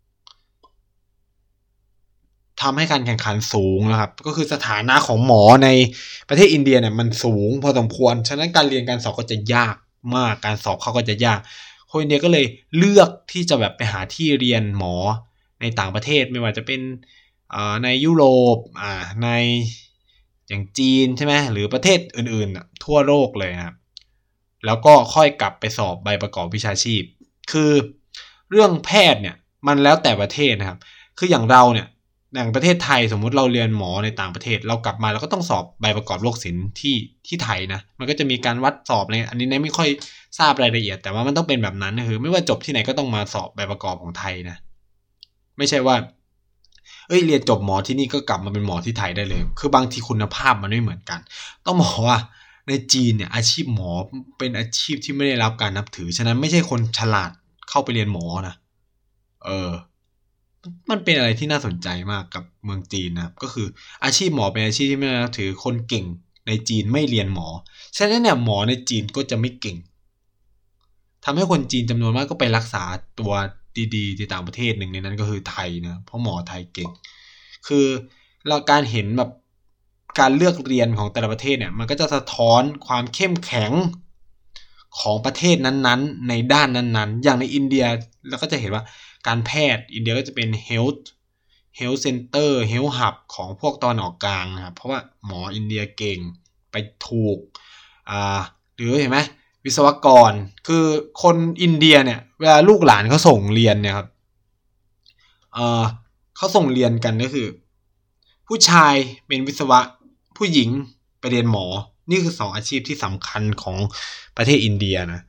Speaker 1: ทำให้การแข่งขันสูงนะครับก็คือสถานะของหมอในประเทศอินเดียเนี่ยมันสูงพอสมควรฉะนั้นการเรียนการสอบก็จะยากมากการสอบเขาก็จะยากคนอินเดียก็เลยเลือกที่จะแบบไปหาที่เรียนหมอในต่างประเทศไม่ว่าจะเป็นในยุโรปในอย่างจีนใช่ไหมหรือประเทศอื่นๆทั่วโลกเลยนะครับแล้วก็ค่อยกลับไปสอบใบประกอบวิชาชีพคือเรื่องแพทย์เนี่ยมันแล้วแต่ประเทศนะครับคืออย่างเราเนี่ยอย่างประเทศไทยสมมุติเราเรียนหมอในต่างประเทศเรากลับมาเราก็ต้องสอบใบประกอบโรคศิลป์ที่ไทยนะมันก็จะมีการวัดสอบอะไรอันนี้ไม่ค่อยทราบรายละเอียดแต่ว่ามันต้องเป็นแบบนั้นคือไม่ว่าจบที่ไหนก็ต้องมาสอบใบประกอบของไทยนะไม่ใช่ว่าเรียนจบหมอที่นี่ก็กลับมาเป็นหมอที่ไทยได้เลยคือบางทีคุณภาพมันไม่เหมือนกันต้องบอกว่าในจีนเนี่ยอาชีพหมอเป็นอาชีพที่ไม่ได้รับการนับถือฉะนั้นไม่ใช่คนฉลาดเข้าไปเรียนหมอนะมันเป็นอะไรที่น่าสนใจมากกับเมืองจีนนะครับก็คืออาชีพหมอเป็นอาชีพที่ไม่ได้นับถือคนเก่งในจีนไม่เรียนหมอฉะนั้นเนี่ยหมอในจีนก็จะไม่เก่งทำให้คนจีนจำนวนมากก็ไปรักษาตัวดีๆที่ต่างประเทศหนึ่งในนั้นก็คือไทยนะเพราะหมอไทยเก่งคือเราการเห็นแบบการเลือกเรียนของแต่ละประเทศเนี่ยมันก็จะสะท้อนความเข้มแข็งของประเทศนั้นๆในด้านนั้นๆอย่างในอินเดียเราก็จะเห็นว่าการแพทย์อินเดียก็จะเป็น health center health hub ของพวกตอนออกกลางนะครับเพราะว่าหมออินเดียเก่งไปถูกหรือเห็นไหมวิศวกรคือคนอินเดียเนี่ยเวลาลูกหลานเขาส่งเรียนเนี่ยครับเขาส่งเรียนกันก็คือผู้ชายเป็นวิศวะผู้หญิงไปเรียนหมอนี่คือ2อาชีพที่สำคัญของประเทศอินเดียนะ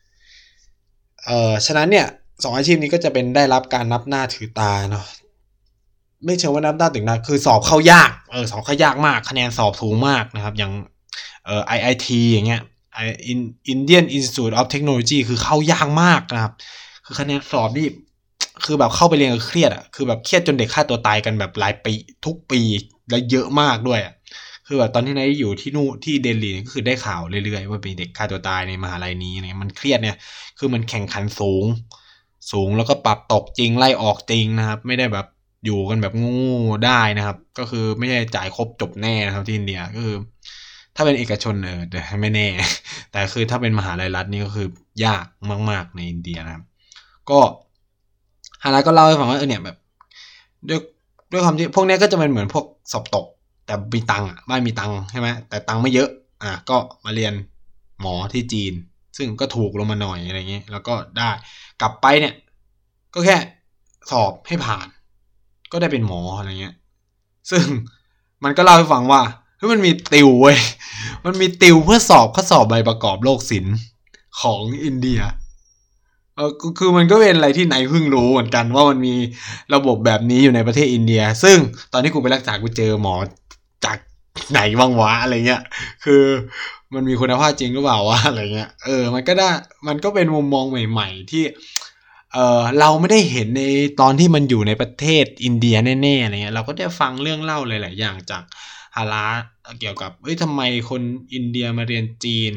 Speaker 1: ฉะนั้นเนี่ย2อาชีพนี้ก็จะเป็นได้รับการนับหน้าถือตาเนาะไม่เชิงว่านับหน้าถือตาคือสอบเข้ายากสอบเข้ายากมากคะแนนสอบสูงมากนะครับอย่างIIT อย่างเงี้ยIndian Institute of Technology คือเข้ายากมากนะครับคือคะแนนสอบนี่คือแบบเข้าไปเรียนก็เครียดคือแบบเครียดจนเด็กฆ่าตัวตายกันแบบหลายปีทุกปีและเยอะมากด้วยคือแบบตอนที่นายอยู่ที่นู่นที่เดลีก็คือได้ข่าวเรื่อยๆว่ามีเด็กฆ่าตัวตายในมหาลัยนี้เนี่ยมันเครียดเนี่ยคือมันแข่งขันสูงแล้วก็ปรับตกจริงไล่ออกจริงนะครับไม่ได้แบบอยู่กันแบบงูได้นะครับก็คือไม่ใช่จ่ายครบจบแน่นะครับที่อินเดียก็คือถ้าเป็นเอกชนแต่ไม่แน่แต่คือถ้าเป็นมหาลัยรัฐนี่ก็คือยากมากๆในอินเดียนะครับก็ฮาราก็เล่าให้ฟังว่าเนี่ยแบบด้วยความที่พวกนี้ก็จะเป็นเหมือนพวกสอบตกแต่มีตังค์บ้านมีตังค์ใช่ไหมแต่ตังค์ไม่เยอะก็มาเรียนหมอที่จีนซึ่งก็ถูกลงมาหน่อยอะไรเงี้ยแล้วก็ได้กลับไปเนี่ยก็แค่สอบให้ผ่านก็ได้เป็นหมออะไรเงี้ยซึ่งมันก็เล่าให้ฟังว่ามันมีติวเว้ยมันมีติวเพื่อสอบข้อสอบใบประกอบโรคศิลป์ของอินเดียคือมันก็เป็นอะไรที่ไหนเพิ่งรู้เหมือนกันว่ามันมีระบบแบบนี้อยู่ในประเทศอินเดียซึ่งตอนที่กูไปรักษากูเจอหมอจากไหนบ้างวะอะไรเงี้ยคือมันมีคุณภาพจริงหรือเปล่าวะอะไรเงี้ยมันก็เป็นมุมมองใหม่ๆที่เราไม่ได้เห็นในตอนที่มันอยู่ในประเทศอินเดียแน่ๆอะไรเงี้ยเราก็ได้ฟังเรื่องเล่าหลายๆอย่างจากฮาระเกี่ยวกับทำไมคนอินเดียมาเรียนจีน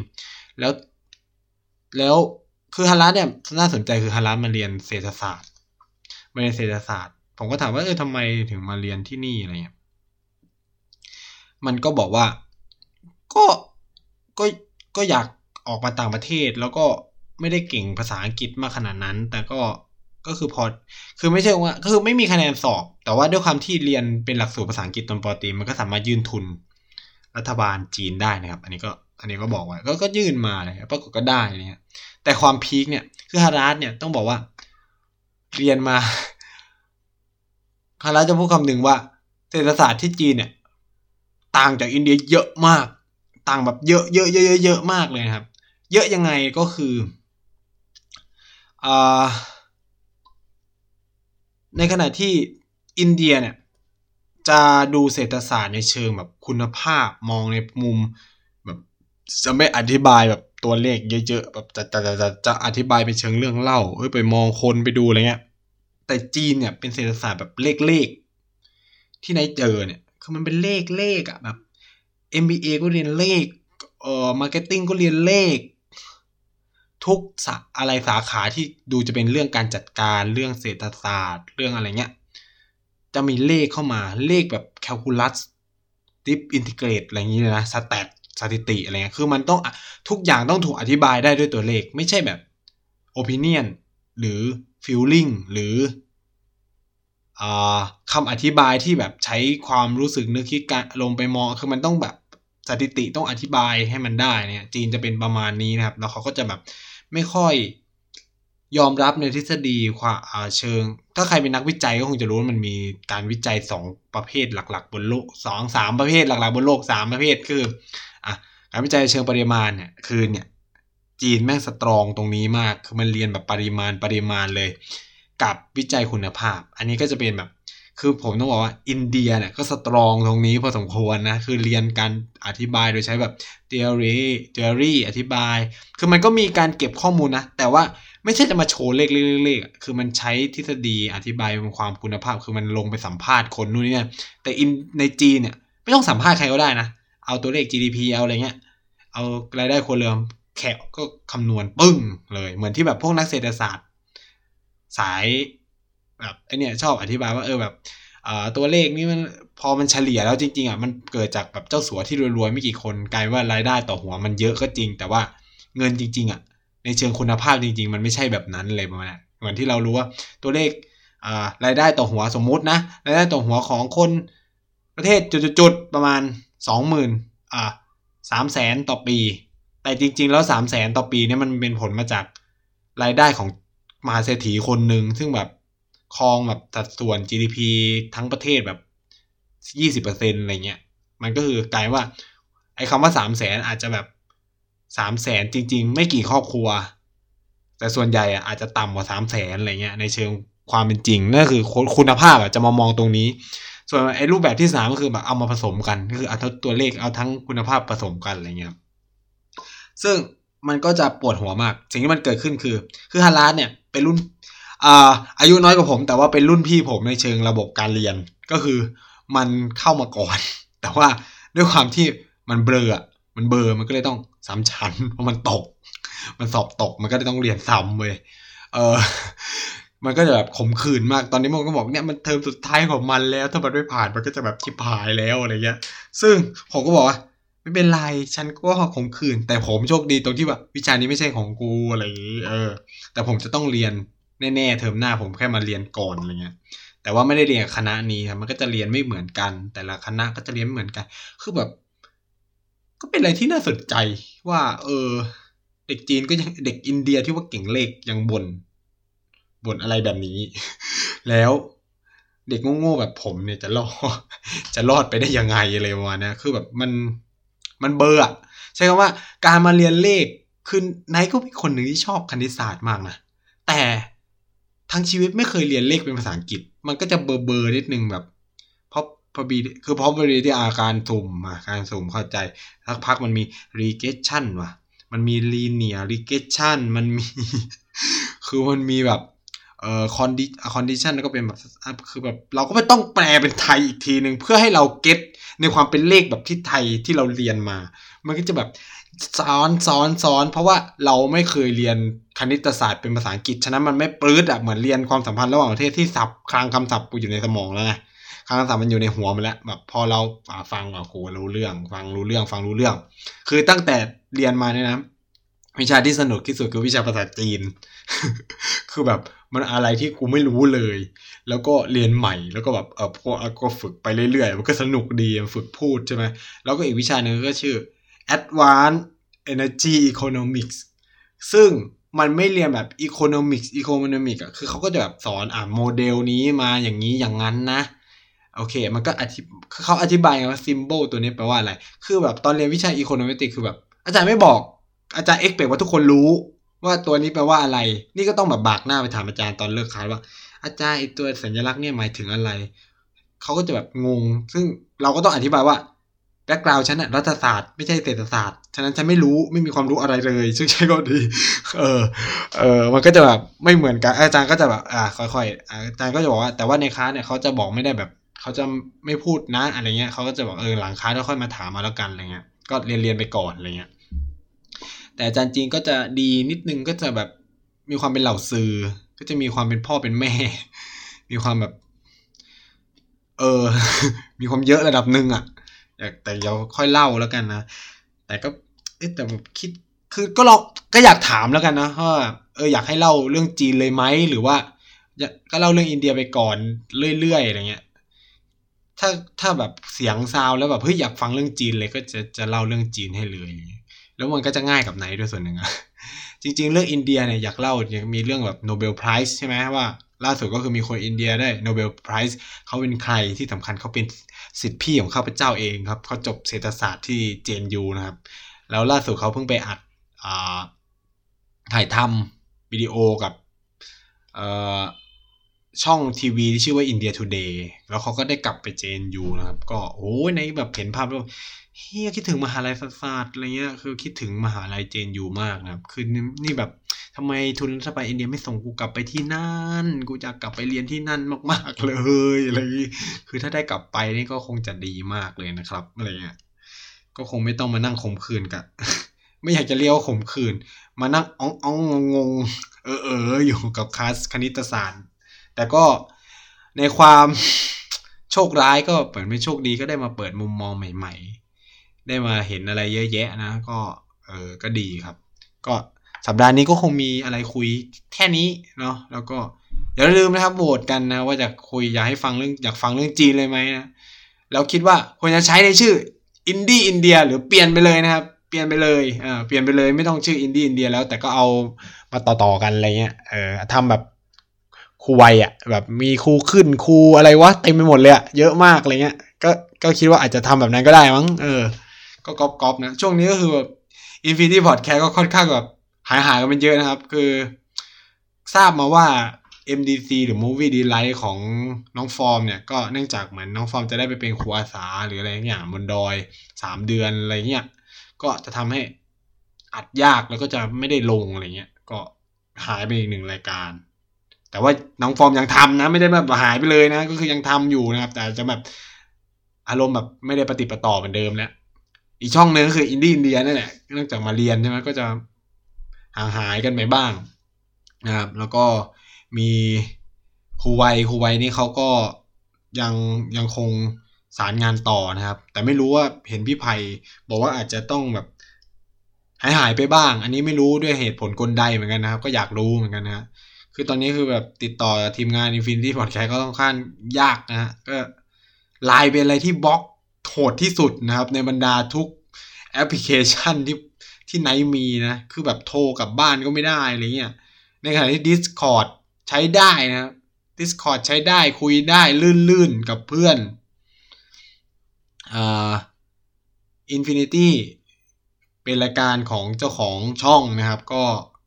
Speaker 1: แล้วคือฮาระเนี่ยน่าสนใจคือฮาระมาเรียนเศรษฐศาสตร์ผมก็ถามว่าทำไมถึงมาเรียนที่นี่อะไรเงี้ยมันก็บอกว่าก็ก็อยากออกมาต่างประเทศแล้วก็ไม่ได้เก่งภาษาอังกฤษมากขนาดนั้นแต่ก็คือพอคือไม่ใช่ว่าก็คือไม่มีคะแนนสอบแต่ว่าด้วยความที่เรียนเป็นหลักสูตรภาษาอังกฤษตอนป.ตรีมันก็สามารถยื่นทุนรัฐบาลจีนได้นะครับอันนี้ก็บอกไว้ก็ยื่นมาเลยปรากฏก็ได้เนี่ยแต่ความพีคเนี่ยคือฮาราสเนี่ยต้องบอกว่าเรียนมาฮาราสจะพูดคำหนึ่งว่าเศรษฐศาสตร์ที่จีนเนี่ยต่างจากอินเดียเยอะมากต่างแบบเยอะมากเลยครับเยอะยังไงก็คือในขณะที่อินเดียเนี่ยจะดูเศรษฐศาสตร์ในเชิงแบบคุณภาพมองในมุมแบบจะไม่อธิบายแบบตัวเลขเยอะๆแบบจะอธิบายเป็นเชิงเรื่องเล่าไปมองคนไปดูอะไรเงี้ยแต่จีนเนี่ยเป็นเศรษฐศาสตร์แบบเลขที่ไหนเจอเนี่ยคือมันเป็นเลขอ่ะแบบ MBA ก็เรียนเลขมาร์เก็ตติ้งก็เรียนเลขทุกอะไรสาขาที่ดูจะเป็นเรื่องการจัดการเรื่องเศรษฐศาสตร์เรื่องอะไรเงี้ยจะมีเลขเข้ามาเลขแบบแคลคูลัสดิฟอินทิเกรตอะไรอย่างนี้เลยนะสถิติอะไรเงี้ยคือมันต้องทุกอย่างต้องถูกอธิบายได้ด้วยตัวเลขไม่ใช่แบบโอปิเนียนหรือฟีลลิ่งหรือคำอธิบายที่แบบใช้ความรู้สึกนึกคิดการลงไปมองคือมันต้องแบบสถิติต้องอธิบายให้มันได้เนี่ยจีนจะเป็นประมาณนี้นะครับแล้วเขาก็จะแบบไม่ค่อยยอมรับในทฤษฎีความเชิงถ้าใครเป็นนักวิจัยก็คงจะรู้ว่ามันมีการวิจัย2ประเภทหลักๆบนโลก2-3ประเภทหลักๆบนโลก3ประเภทคือการวิจัยเชิงปริมาณเนี่ยคือเนี่ยจีนแม่งสตรองตรงนี้มากคือมันเรียนแบบปริมาณเลยกับวิจัยคุณภาพอันนี้ก็จะเป็นแบบคือผมต้องบอกว่าอินเดียเนี่ยก็สตรองตรงนี้พอสมควรนะคือเรียนการอธิบายโดยใช้แบบ theory อธิบายคือมันก็มีการเก็บข้อมูลนะแต่ว่าไม่ใช่จะมาโชว์เลขคือมันใช้ทฤษฎีอธิบายเป็นความคุณภาพคือมันลงไปสัมภาษณ์คนนู่นนี่นั่นแต่ในจีนเนี่ยไม่ต้องสัมภาษณ์ใครก็ได้นะเอาตัวเลข GDP เอาอะไรเงี้ยเอารายได้ครัวเรือนแค่ก็คำนวณปึ้งเลยเหมือนที่แบบพวกนักเศรษฐศาสตร์สายแบบไอเนี่ยชอบอธิบายว่าแบบตัวเลขนี่มันพอมันเฉลี่ยแล้วจริงๆมันเกิดจากแบบเจ้าสัวที่รวยๆไม่กี่คนกลายว่ารายได้ต่อหัวมันเยอะก็จริงแต่ว่าเงินจริงๆในเชิงคุณภาพจริงๆมันไม่ใช่แบบนั้นเลยประมาณนั้นเหมือนที่เรารู้ว่าตัวเลขรายได้ต่อหัวสมมุตินะรายได้ต่อหัวของคนประเทศจุดๆประมาณ 20,000 300,000ต่อปีแต่จริงๆแล้ว300,000ต่อปีเนี่ยมันเป็นผลมาจากรายได้ของมหาเศรษฐีคนหนึ่งซึ่งแบบครองแบบสัดส่วน GDP ทั้งประเทศแบบ 20% อะไรเงี้ยมันก็คือกลายว่าไอ้คำว่า300,000อาจจะแบบ300,000จริงๆไม่กี่ครอบครัวแต่ส่วนใหญ่อาจจะต่ำกว่า300,000อะไรเงี้ยในเชิงความเป็นจริงนั่นคือคุณภาพจะมามองตรงนี้ส่วนไอ้รูปแบบที่3ก็คือแบบเอามาผสมกันก็คือเอาตัวเลขเอาทั้งคุณภาพผสมกันอะไรเงี้ยซึ่งมันก็จะปวดหัวมากสิ่งที่มันเกิดขึ้นคือฮาราสเนี่ยเป็นรุ่นอายุน้อยกว่าผมแต่ว่าเป็นรุ่นพี่ผมในเชิงระบบการเรียนก็คือมันเข้ามาก่อนแต่ว่าด้วยความที่มันเบลอมันก็เลยต้องซ้ำชั้นเพราะมันตกมันสอบตกมันก็เลยต้องเรียนซ้ำเว้ยมันก็จะแบบขมขื่นมากตอนนี้มันก็บอกเนี่ยมันเทอมสุดท้ายของมันแล้วถ้ามันไม่ผ่านมันก็จะแบบชิบหายแล้วอะไรเงี้ยซึ่งผมก็บอกว่าไม่เป็นไรฉันก็ขมขื่นแต่ผมโชคดีตรงที่แบบวิชานี้ไม่ใช่ของกูอะไรอย่างงี้แต่ผมจะต้องเรียนแน่ๆเทอมหน้าผมแค่มาเรียนก่อนอะไรเงี้ยแต่ว่าไม่ได้เรียนคณะนี้ครับมันก็จะเรียนไม่เหมือนกันแต่ละคณะก็จะเรียนไม่เหมือนกันคือแบบก็เป็นอะไรที่น่าสนใจว่าเด็กจีนก็ยังเด็กอินเดียที่ว่าเก่งเลขยังบ่นอะไรแบบนี้ แล้วเด็กโง่ๆแบบผมเนี่ยจะรอดไปได้ยังไงอะไรประมาณนี้คือแบบมันเบอร์ใช่คำว่าการมาเรียนเลขคือไนท์ก็เป็นคนหนึ่งที่ชอบคณิตศาสตร์มากนะแต่ทั้งชีวิตไม่เคยเรียนเลขเป็นภาษาอังกฤษมันก็จะเบอร์นิดนึงแบบprobability การสุ่มเข้าใจสักพักมันมี regression ว่ะมันมี linear regression มันมี คือมันมีแบบ condition ก็เป็นแบบคือแบบเราก็ไม่ต้องแปลเป็นไทยอีกทีนึงเพื่อให้เราเก็ตในความเป็นเลขแบบที่ไทยที่เราเรียนมามันก็จะแบบซ้อนเพราะว่าเราไม่เคยเรียนคณิตศาสตร์เป็นภาษาอังกฤษฉะนั้นมันไม่ปลื้ดเหมือนเรียนความสัมพันธ์ระหว่างประเทศที่ศัพท์คลังคำศัพท์อยู่ในสมองแล้วไงคลังคำศัพท์มันอยู่ในหัวมันแล้วแบบพอเราฟังโหรู้เรื่องฟังรู้เรื่องคือตั้งแต่เรียนมาเนี่ยนะวิชาที่สนุกที่สุดคือวิชาภาษาจีน คือแบบมันอะไรที่กูไม่รู้เลยแล้วก็เรียนใหม่แล้วก็แบบพอก็ฝึกไปเรื่อยๆมันก็สนุกดีฝึกพูดใช่ไหมแล้วก็อีกวิชาหนึ่งก็ชื่อ Advanced Energy Economics ซึ่งมันไม่เรียนแบบ Economics คือเขาก็จะแบบสอนโมเดลนี้มาอย่างนี้อย่างนั้นนะโอเคมันก็เขาอธิบายว่า symbol ตัวนี้แปลว่าอะไรคือแบบตอนเรียนวิชา Economics คือแบบอาจารย์ไม่บอกอาจารย์ expect ว่าทุกคนรู้ว่าตัวนี้แปลว่าอะไรนี่ก็ต้องแบบบากหน้าไปถามอาจารย์ตอนเลิกคลาสว่าอาจารย์ไอตัวสัญลักษณ์เนี่ยหมายถึงอะไรเขาก็จะแบบงงซึ่งเราก็ต้องอธิบายว่าแบ็คกราวด์ฉันรัฐศาสตร์ไม่ใช่เศรษฐศาสตร์ฉะนั้นฉันไม่รู้ไม่มีความรู้อะไรเลยซึ่งใช่ก็ดีมันก็จะแบบไม่เหมือนกันอาจารย์ก็จะแบบค่อยๆอาจารย์ก็จะบอกว่าแต่ว่าในคลาสเนี่ยเขาจะบอกไม่ได้แบบเขาจะไม่พูดนะอะไรเงี้ยเขาก็จะบอกหลังคลาสแล้วค่อยมาถามมาแล้วกันอะไรเงี้ยก็เรียนไปก่อนอะไรเงี้ยแต่อาจารย์จีนก็จะดีนิดนึงก็จะแบบมีความเป็นเหล่าซือก็จะมีความเป็นพ่อเป็นแม่มีความแบบมีความเยอะระดับหนึ่งแต่เดี๋ยวค่อยเล่าแล้วกันนะแต่ก็แต่แบบคิดคือก็อยากถามแล้วกันนะว่าอยากให้เล่าเรื่องจีนเลยไหมหรือว่าก็เล่าเรื่องอินเดียไปก่อนเรื่อยๆอะไรเงี้ยถ้าแบบเสียงซาวแล้วแบบเฮ้ยอยากฟังเรื่องจีนเลยก็จะเล่าเรื่องจีนให้เลยแล้วมันก็จะง่ายกับไนท์ด้วยส่วนหนึ่งจริงๆเรื่องอินเดียเนี่ยอยากเล่ายังมีเรื่องแบบโนเบลไพรส์ใช่ไหมว่าล่าสุดก็คือมีคนอินเดียได้โนเบลไพรส์เขาเป็นใครที่สำคัญเขาเป็นศิษย์พี่ของข้าพเจ้าเองครับเขาจบเศรษฐศาสตร์ที่ JNU นะครับแล้วล่าสุดเขาเพิ่งไปอัดถ่ายทำวิดีโอกับช่องทีวีที่ชื่อว่า India Today แล้วเขาก็ได้กลับไป JNU นะครับก็โอ้ยในแบบเห็นภาพแล้วเฮียคิดถึงมหาลัยศาสตร์อะไรเงี้ยคือคิดถึงมหาลัย JNU มากนะครับคือนี่แบบทำไมทุนรัฐบาลอินเดียไม่ส่งกูกลับไปที่นั่นกูอยากกลับไปเรียนที่นั่นมากๆเลยอะไรคือถ้าได้กลับไปนี่ก็คงจะดีมากเลยนะครับอะไรเงี้ยก็คงไม่ต้องมานั่งข่มขืนกันไม่อยากจะเรียกว่าข่มขืนมานั่งอ้องงงอยู่กับคลาสคณิตศาสตร์แต่ก็ในความโชคร้ายก็เหมือนไม่โชคดีก็ได้มาเปิดมุมมองใหม่ๆได้มาเห็นอะไรเยอะแยะนะก็ดีครับก็สัปดาห์นี้ก็คงมีอะไรคุยแค่นี้เนาะแล้วก็อย่าลืมนะครับโหวตกันนะว่าจะคุยอยากฟังเรื่องจีนเลยไหมนะแล้วคิดว่าควรจะใช้ในชื่ออินดี้อินเดียหรือเปลี่ยนไปเลยนะครับเปลี่ยนไปเลยไม่ต้องชื่ออินดี้อินเดียแล้วแต่ก็เอามาต่อกันอะไรเงี้ยทำแบบครูวัยแบบมีครูขึ้นครูอะไรวะเต็มไปหมดเลยเยอะมากอะไรเงี้ยก็คิดว่าอาจจะทำแบบนั้นก็ได้มั้งก็ก๊อปนะช่วงนี้ก็คือแบบ Infinity Podcast ก็ค่อนข้างแบบหายกันเป็นเยอะนะครับคือทราบมาว่า MDC หรือ Movie Delight ของน้องฟอร์มเนี่ยก็เนื่องจากเหมือนน้องฟอร์มจะได้ไปเป็นครูอาสาหรืออะไรอย่างบนดอย3 เดือนอะไรเงี้ยก็จะทำให้อัดยากแล้วก็จะไม่ได้ลงอะไรเงี้ยก็หายไปอีก1 รายการแต่ว่าน้องฟอร์มยังทำนะไม่ได้แบบหายไปเลยนะก็คือยังทำอยู่นะครับแต่จะแบบอารมณ์แบบไม่ได้ปฏิปต่อเหมือนเดิมแล้วอีกช่องนึงก็คืออินดี้อินเดียนั่นแหละเนื่องจากมาเรียนใช่ไหมก็จะห่างหายกันไปบ้างนะครับแล้วก็มีครูวัยนี่เขาก็ยังคงสารงานต่อนะครับแต่ไม่รู้ว่าเห็นพี่ไผ่บอกว่าอาจจะต้องแบบหายไปบ้างอันนี้ไม่รู้ด้วยเหตุผลกลใดเหมือนกันนะครับก็อยากรู้เหมือนกันนะคือตอนนี้คือแบบติดต่อทีมงาน Infinity Podcast ก็ต้องขั้นยากนะฮะก็ไลน์เป็นอะไรที่บล็อกโหดที่สุดนะครับในบรรดาทุกแอปพลิเคชันที่ไหนมีนะคือแบบโทรกลับบ้านก็ไม่ได้อะไรเงี้ยในขณะที่ Discord ใช้ได้นะครับ Discord ใช้ได้คุยได้ลื่นกับเพื่อนInfinity เป็นรายการของเจ้าของช่องนะครับก็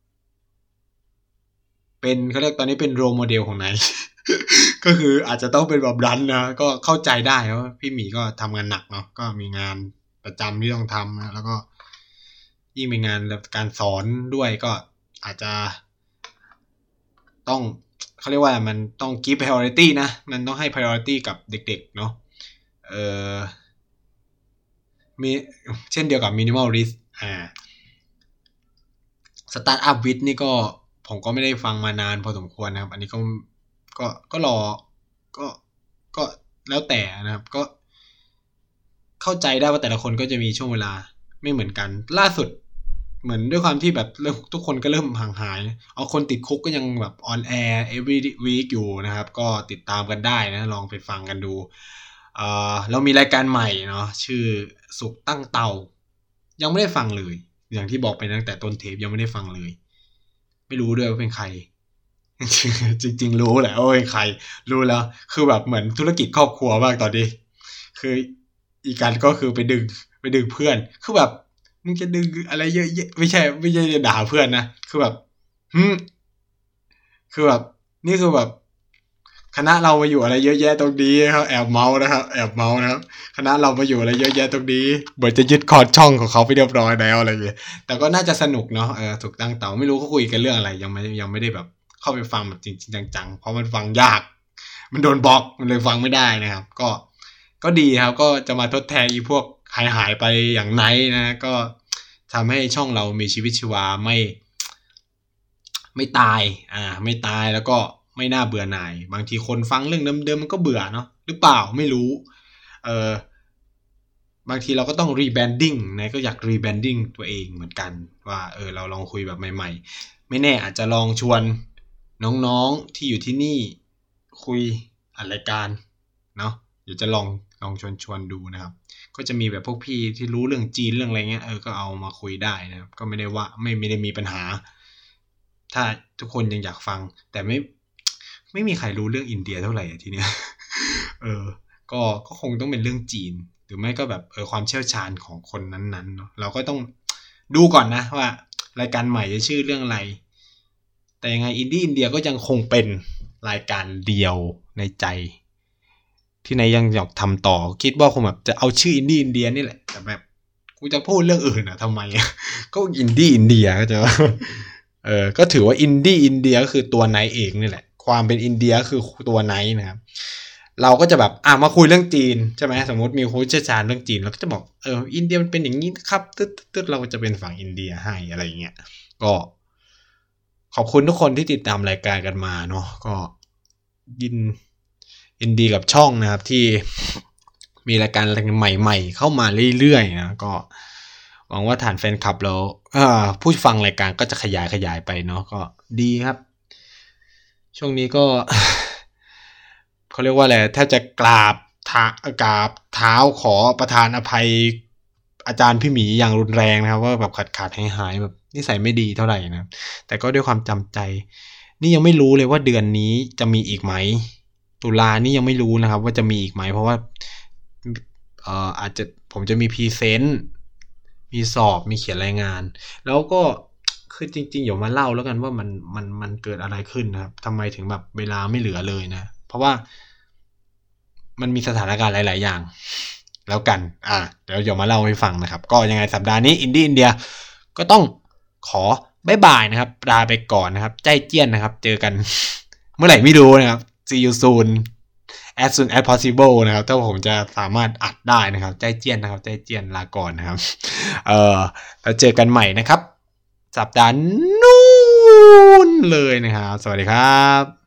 Speaker 1: เป็นเขาเรียกตอนนี้เป็นโรลโมเดลของไหน ก็คืออาจจะต้องเป็นแบบรันนะก็เข้าใจได้เพราะพี่หมีก็ทำงานหนักเนาะก็มีงานประจำที่ต้องทำนะแล้วก็ยิ่งมีงานการสอนด้วยก็อาจจะต้องเขาเรียกว่ามันต้อง give priority นะมันต้องให้ priority กับเด็กๆเนาะมีเช่นเดียวกับ minimalist Startup with นี่ก็ผมก็ไม่ได้ฟังมานานพอสมควรนะครับอันนี้ก็รอก็แล้วแต่นะครับก็เข้าใจได้ว่าแต่ละคนก็จะมีช่วงเวลาไม่เหมือนกันล่าสุดเหมือนด้วยความที่แบบทุกคนก็เริ่มห่างหายเอาคนติดคุกก็ยังแบบออนแอร์ every week อยู่นะครับก็ติดตามกันได้นะลองไปฟังกันดูเรามีรายการใหม่เนาะชื่อสุขตั้งเตายังไม่ได้ฟังเลยอย่างที่บอกไปตั้งแต่ต้นเทปยังไม่ได้ฟังเลยไม่รู้ด้วยว่าเป็นใคร จริงๆรู้แหละว่าเป็นใครรู้แล้วคือแบบเหมือนธุรกิจครอบครัวมากตอนนี้คืออีกการก็คือไปดึงเพื่อนคือแบบมึงจะดึงอะไรเยอะๆไม่ใช่จะด่าเพื่อนนะคือแบบคือแบบนี่คือแบบคณะเรามาอยู่อะไรเยอะแยะตรงนี้ครับแอบเมาส์นะครับคณะเรามาอยู่อะไรเยอะแยะตรงนี้เหมือนจะยึดครองช่องของเขาไปเรียบร้อยแล้วอะไรอย่างเงี้ยแต่ก็น่าจะสนุกเนาะถูกตั้งเตาไม่รู้เขาคุยกันเรื่องอะไรยังไม่ได้แบบเข้าไปฟังแบบจริงๆจังๆเพราะมันฟังยากมันโดนบล็อกมันเลยฟังไม่ได้นะครับก็ดีครับก็จะมาทดแทนอีพวกหายไปอย่างไหนนะก็ทำให้ช่องเรามีชีวิตชีวาไม่ตายไม่ตายแล้วก็ไม่น่าเบื่อหน่ายบางทีคนฟังเรื่องเดิมๆมันก็เบื่อเนาะหรือเปล่าไม่รู้บางทีเราก็ต้องรีแบรนดิ้งนะก็อยากรีแบรนดิ้งตัวเองเหมือนกันว่าเราลองคุยแบบใหม่ๆไม่แน่อาจจะลองชวนน้องๆที่อยู่ที่นี่คุยอัดรายการเนาะเดี๋ยวจะลองชวนดูนะครับก็จะมีแบบพวกพี่ที่รู้เรื่องจีนเรื่องอะไรเงี้ยก็เอามาคุยได้นะครับก็ไม่ได้ว่าไม่ได้มีปัญหาถ้าทุกคนยังอยากฟังแต่ไม่มีใครรู้เรื่องอินเดียเท่าไหร่ทีเนี้ยก็คงต้องเป็นเรื่องจีนหรือไม่ก็แบบความเชี่ยวชาญของคนนั้นๆเนาะเราก็ต้องดูก่อนนะว่ารายการใหม่จะชื่อเรื่องอะไรแต่ยังไงอินดี้อินเดียก็ยังคงเป็นรายการเดียวในใจที่นายยังอยากทำต่อคิดว่าคงแบบจะเอาชื่ออินดี้อินเดียนี่แหละแต่แบบกูจะพูดเรื่องอื่นทำไมก็อินดี้อินเดียก็จะก็ถือว่าอินดี้อินเดียก็คือตัวนายเองนี่แหละความเป็นอินเดียคือตัวนายนะครับเราก็จะแบบมาคุยเรื่องจีนใช่ไหมสมมติมีผู้เชี่ยวชาญเรื่องจีนเราก็จะบอกอินเดียมันเป็นอย่างนี้ครับตึ๊ดเราจะเป็นฝั่งอินเดียให้อะไรอย่างเงี้ยก็ขอบคุณทุกคนที่ติดตามรายการกันมาเนาะก็ยินดีกับช่องนะครับที่มีรายการใหม่ๆเข้ามาเรื่อยๆนะก็หวังว่าฐานแฟนคลับเราผู้ฟังรายการก็จะขยายไปเนาะก็ดีครับช่วงนี้ก็เขาเรียกว่าอะไรถ้าจะกราบเท้าขอประทานอภัยอาจารย์พี่หมีอย่างรุนแรงนะครับว่าแบบขาดหายแบบนิสัยไม่ดีเท่าไหร่นะแต่ก็ด้วยความจำใจนี่ยังไม่รู้เลยว่าเดือนนี้จะมีอีกไหมตุลานี่ยังไม่รู้นะครับว่าจะมีอีกไหมเพราะว่าอาจจะผมจะมีพรีเซนต์มีสอบมีเขียนรายงานแล้วก็คือจริงๆเดี๋ยวมาเล่าแล้วกันว่ามันเกิดอะไรขึ้นนะครับทำไมถึงแบบเวลาไม่เหลือเลยนะเพราะว่ามันมีสถานการณ์หลายๆอย่างแล้วกันเดี๋ยวมาเล่าให้ฟังนะครับก็ยังไงสัปดาห์นี้อินดี้อินเดียก็ต้องขอบ๊ายบายนะครับลาไปก่อนนะครับใจเจี้ยนนะครับเจอกันเมื่อไหร่ไม่รู้นะครับ see you soon as soon as possible นะครับถ้าผมจะสามารถอัดได้นะครับใจเจี้ยนนะครับใจเจี้ยนลาก่อนนะครับแล้วเจอกันใหม่นะครับสัปดาห์นู้นเลยนะครับสวัสดีครับ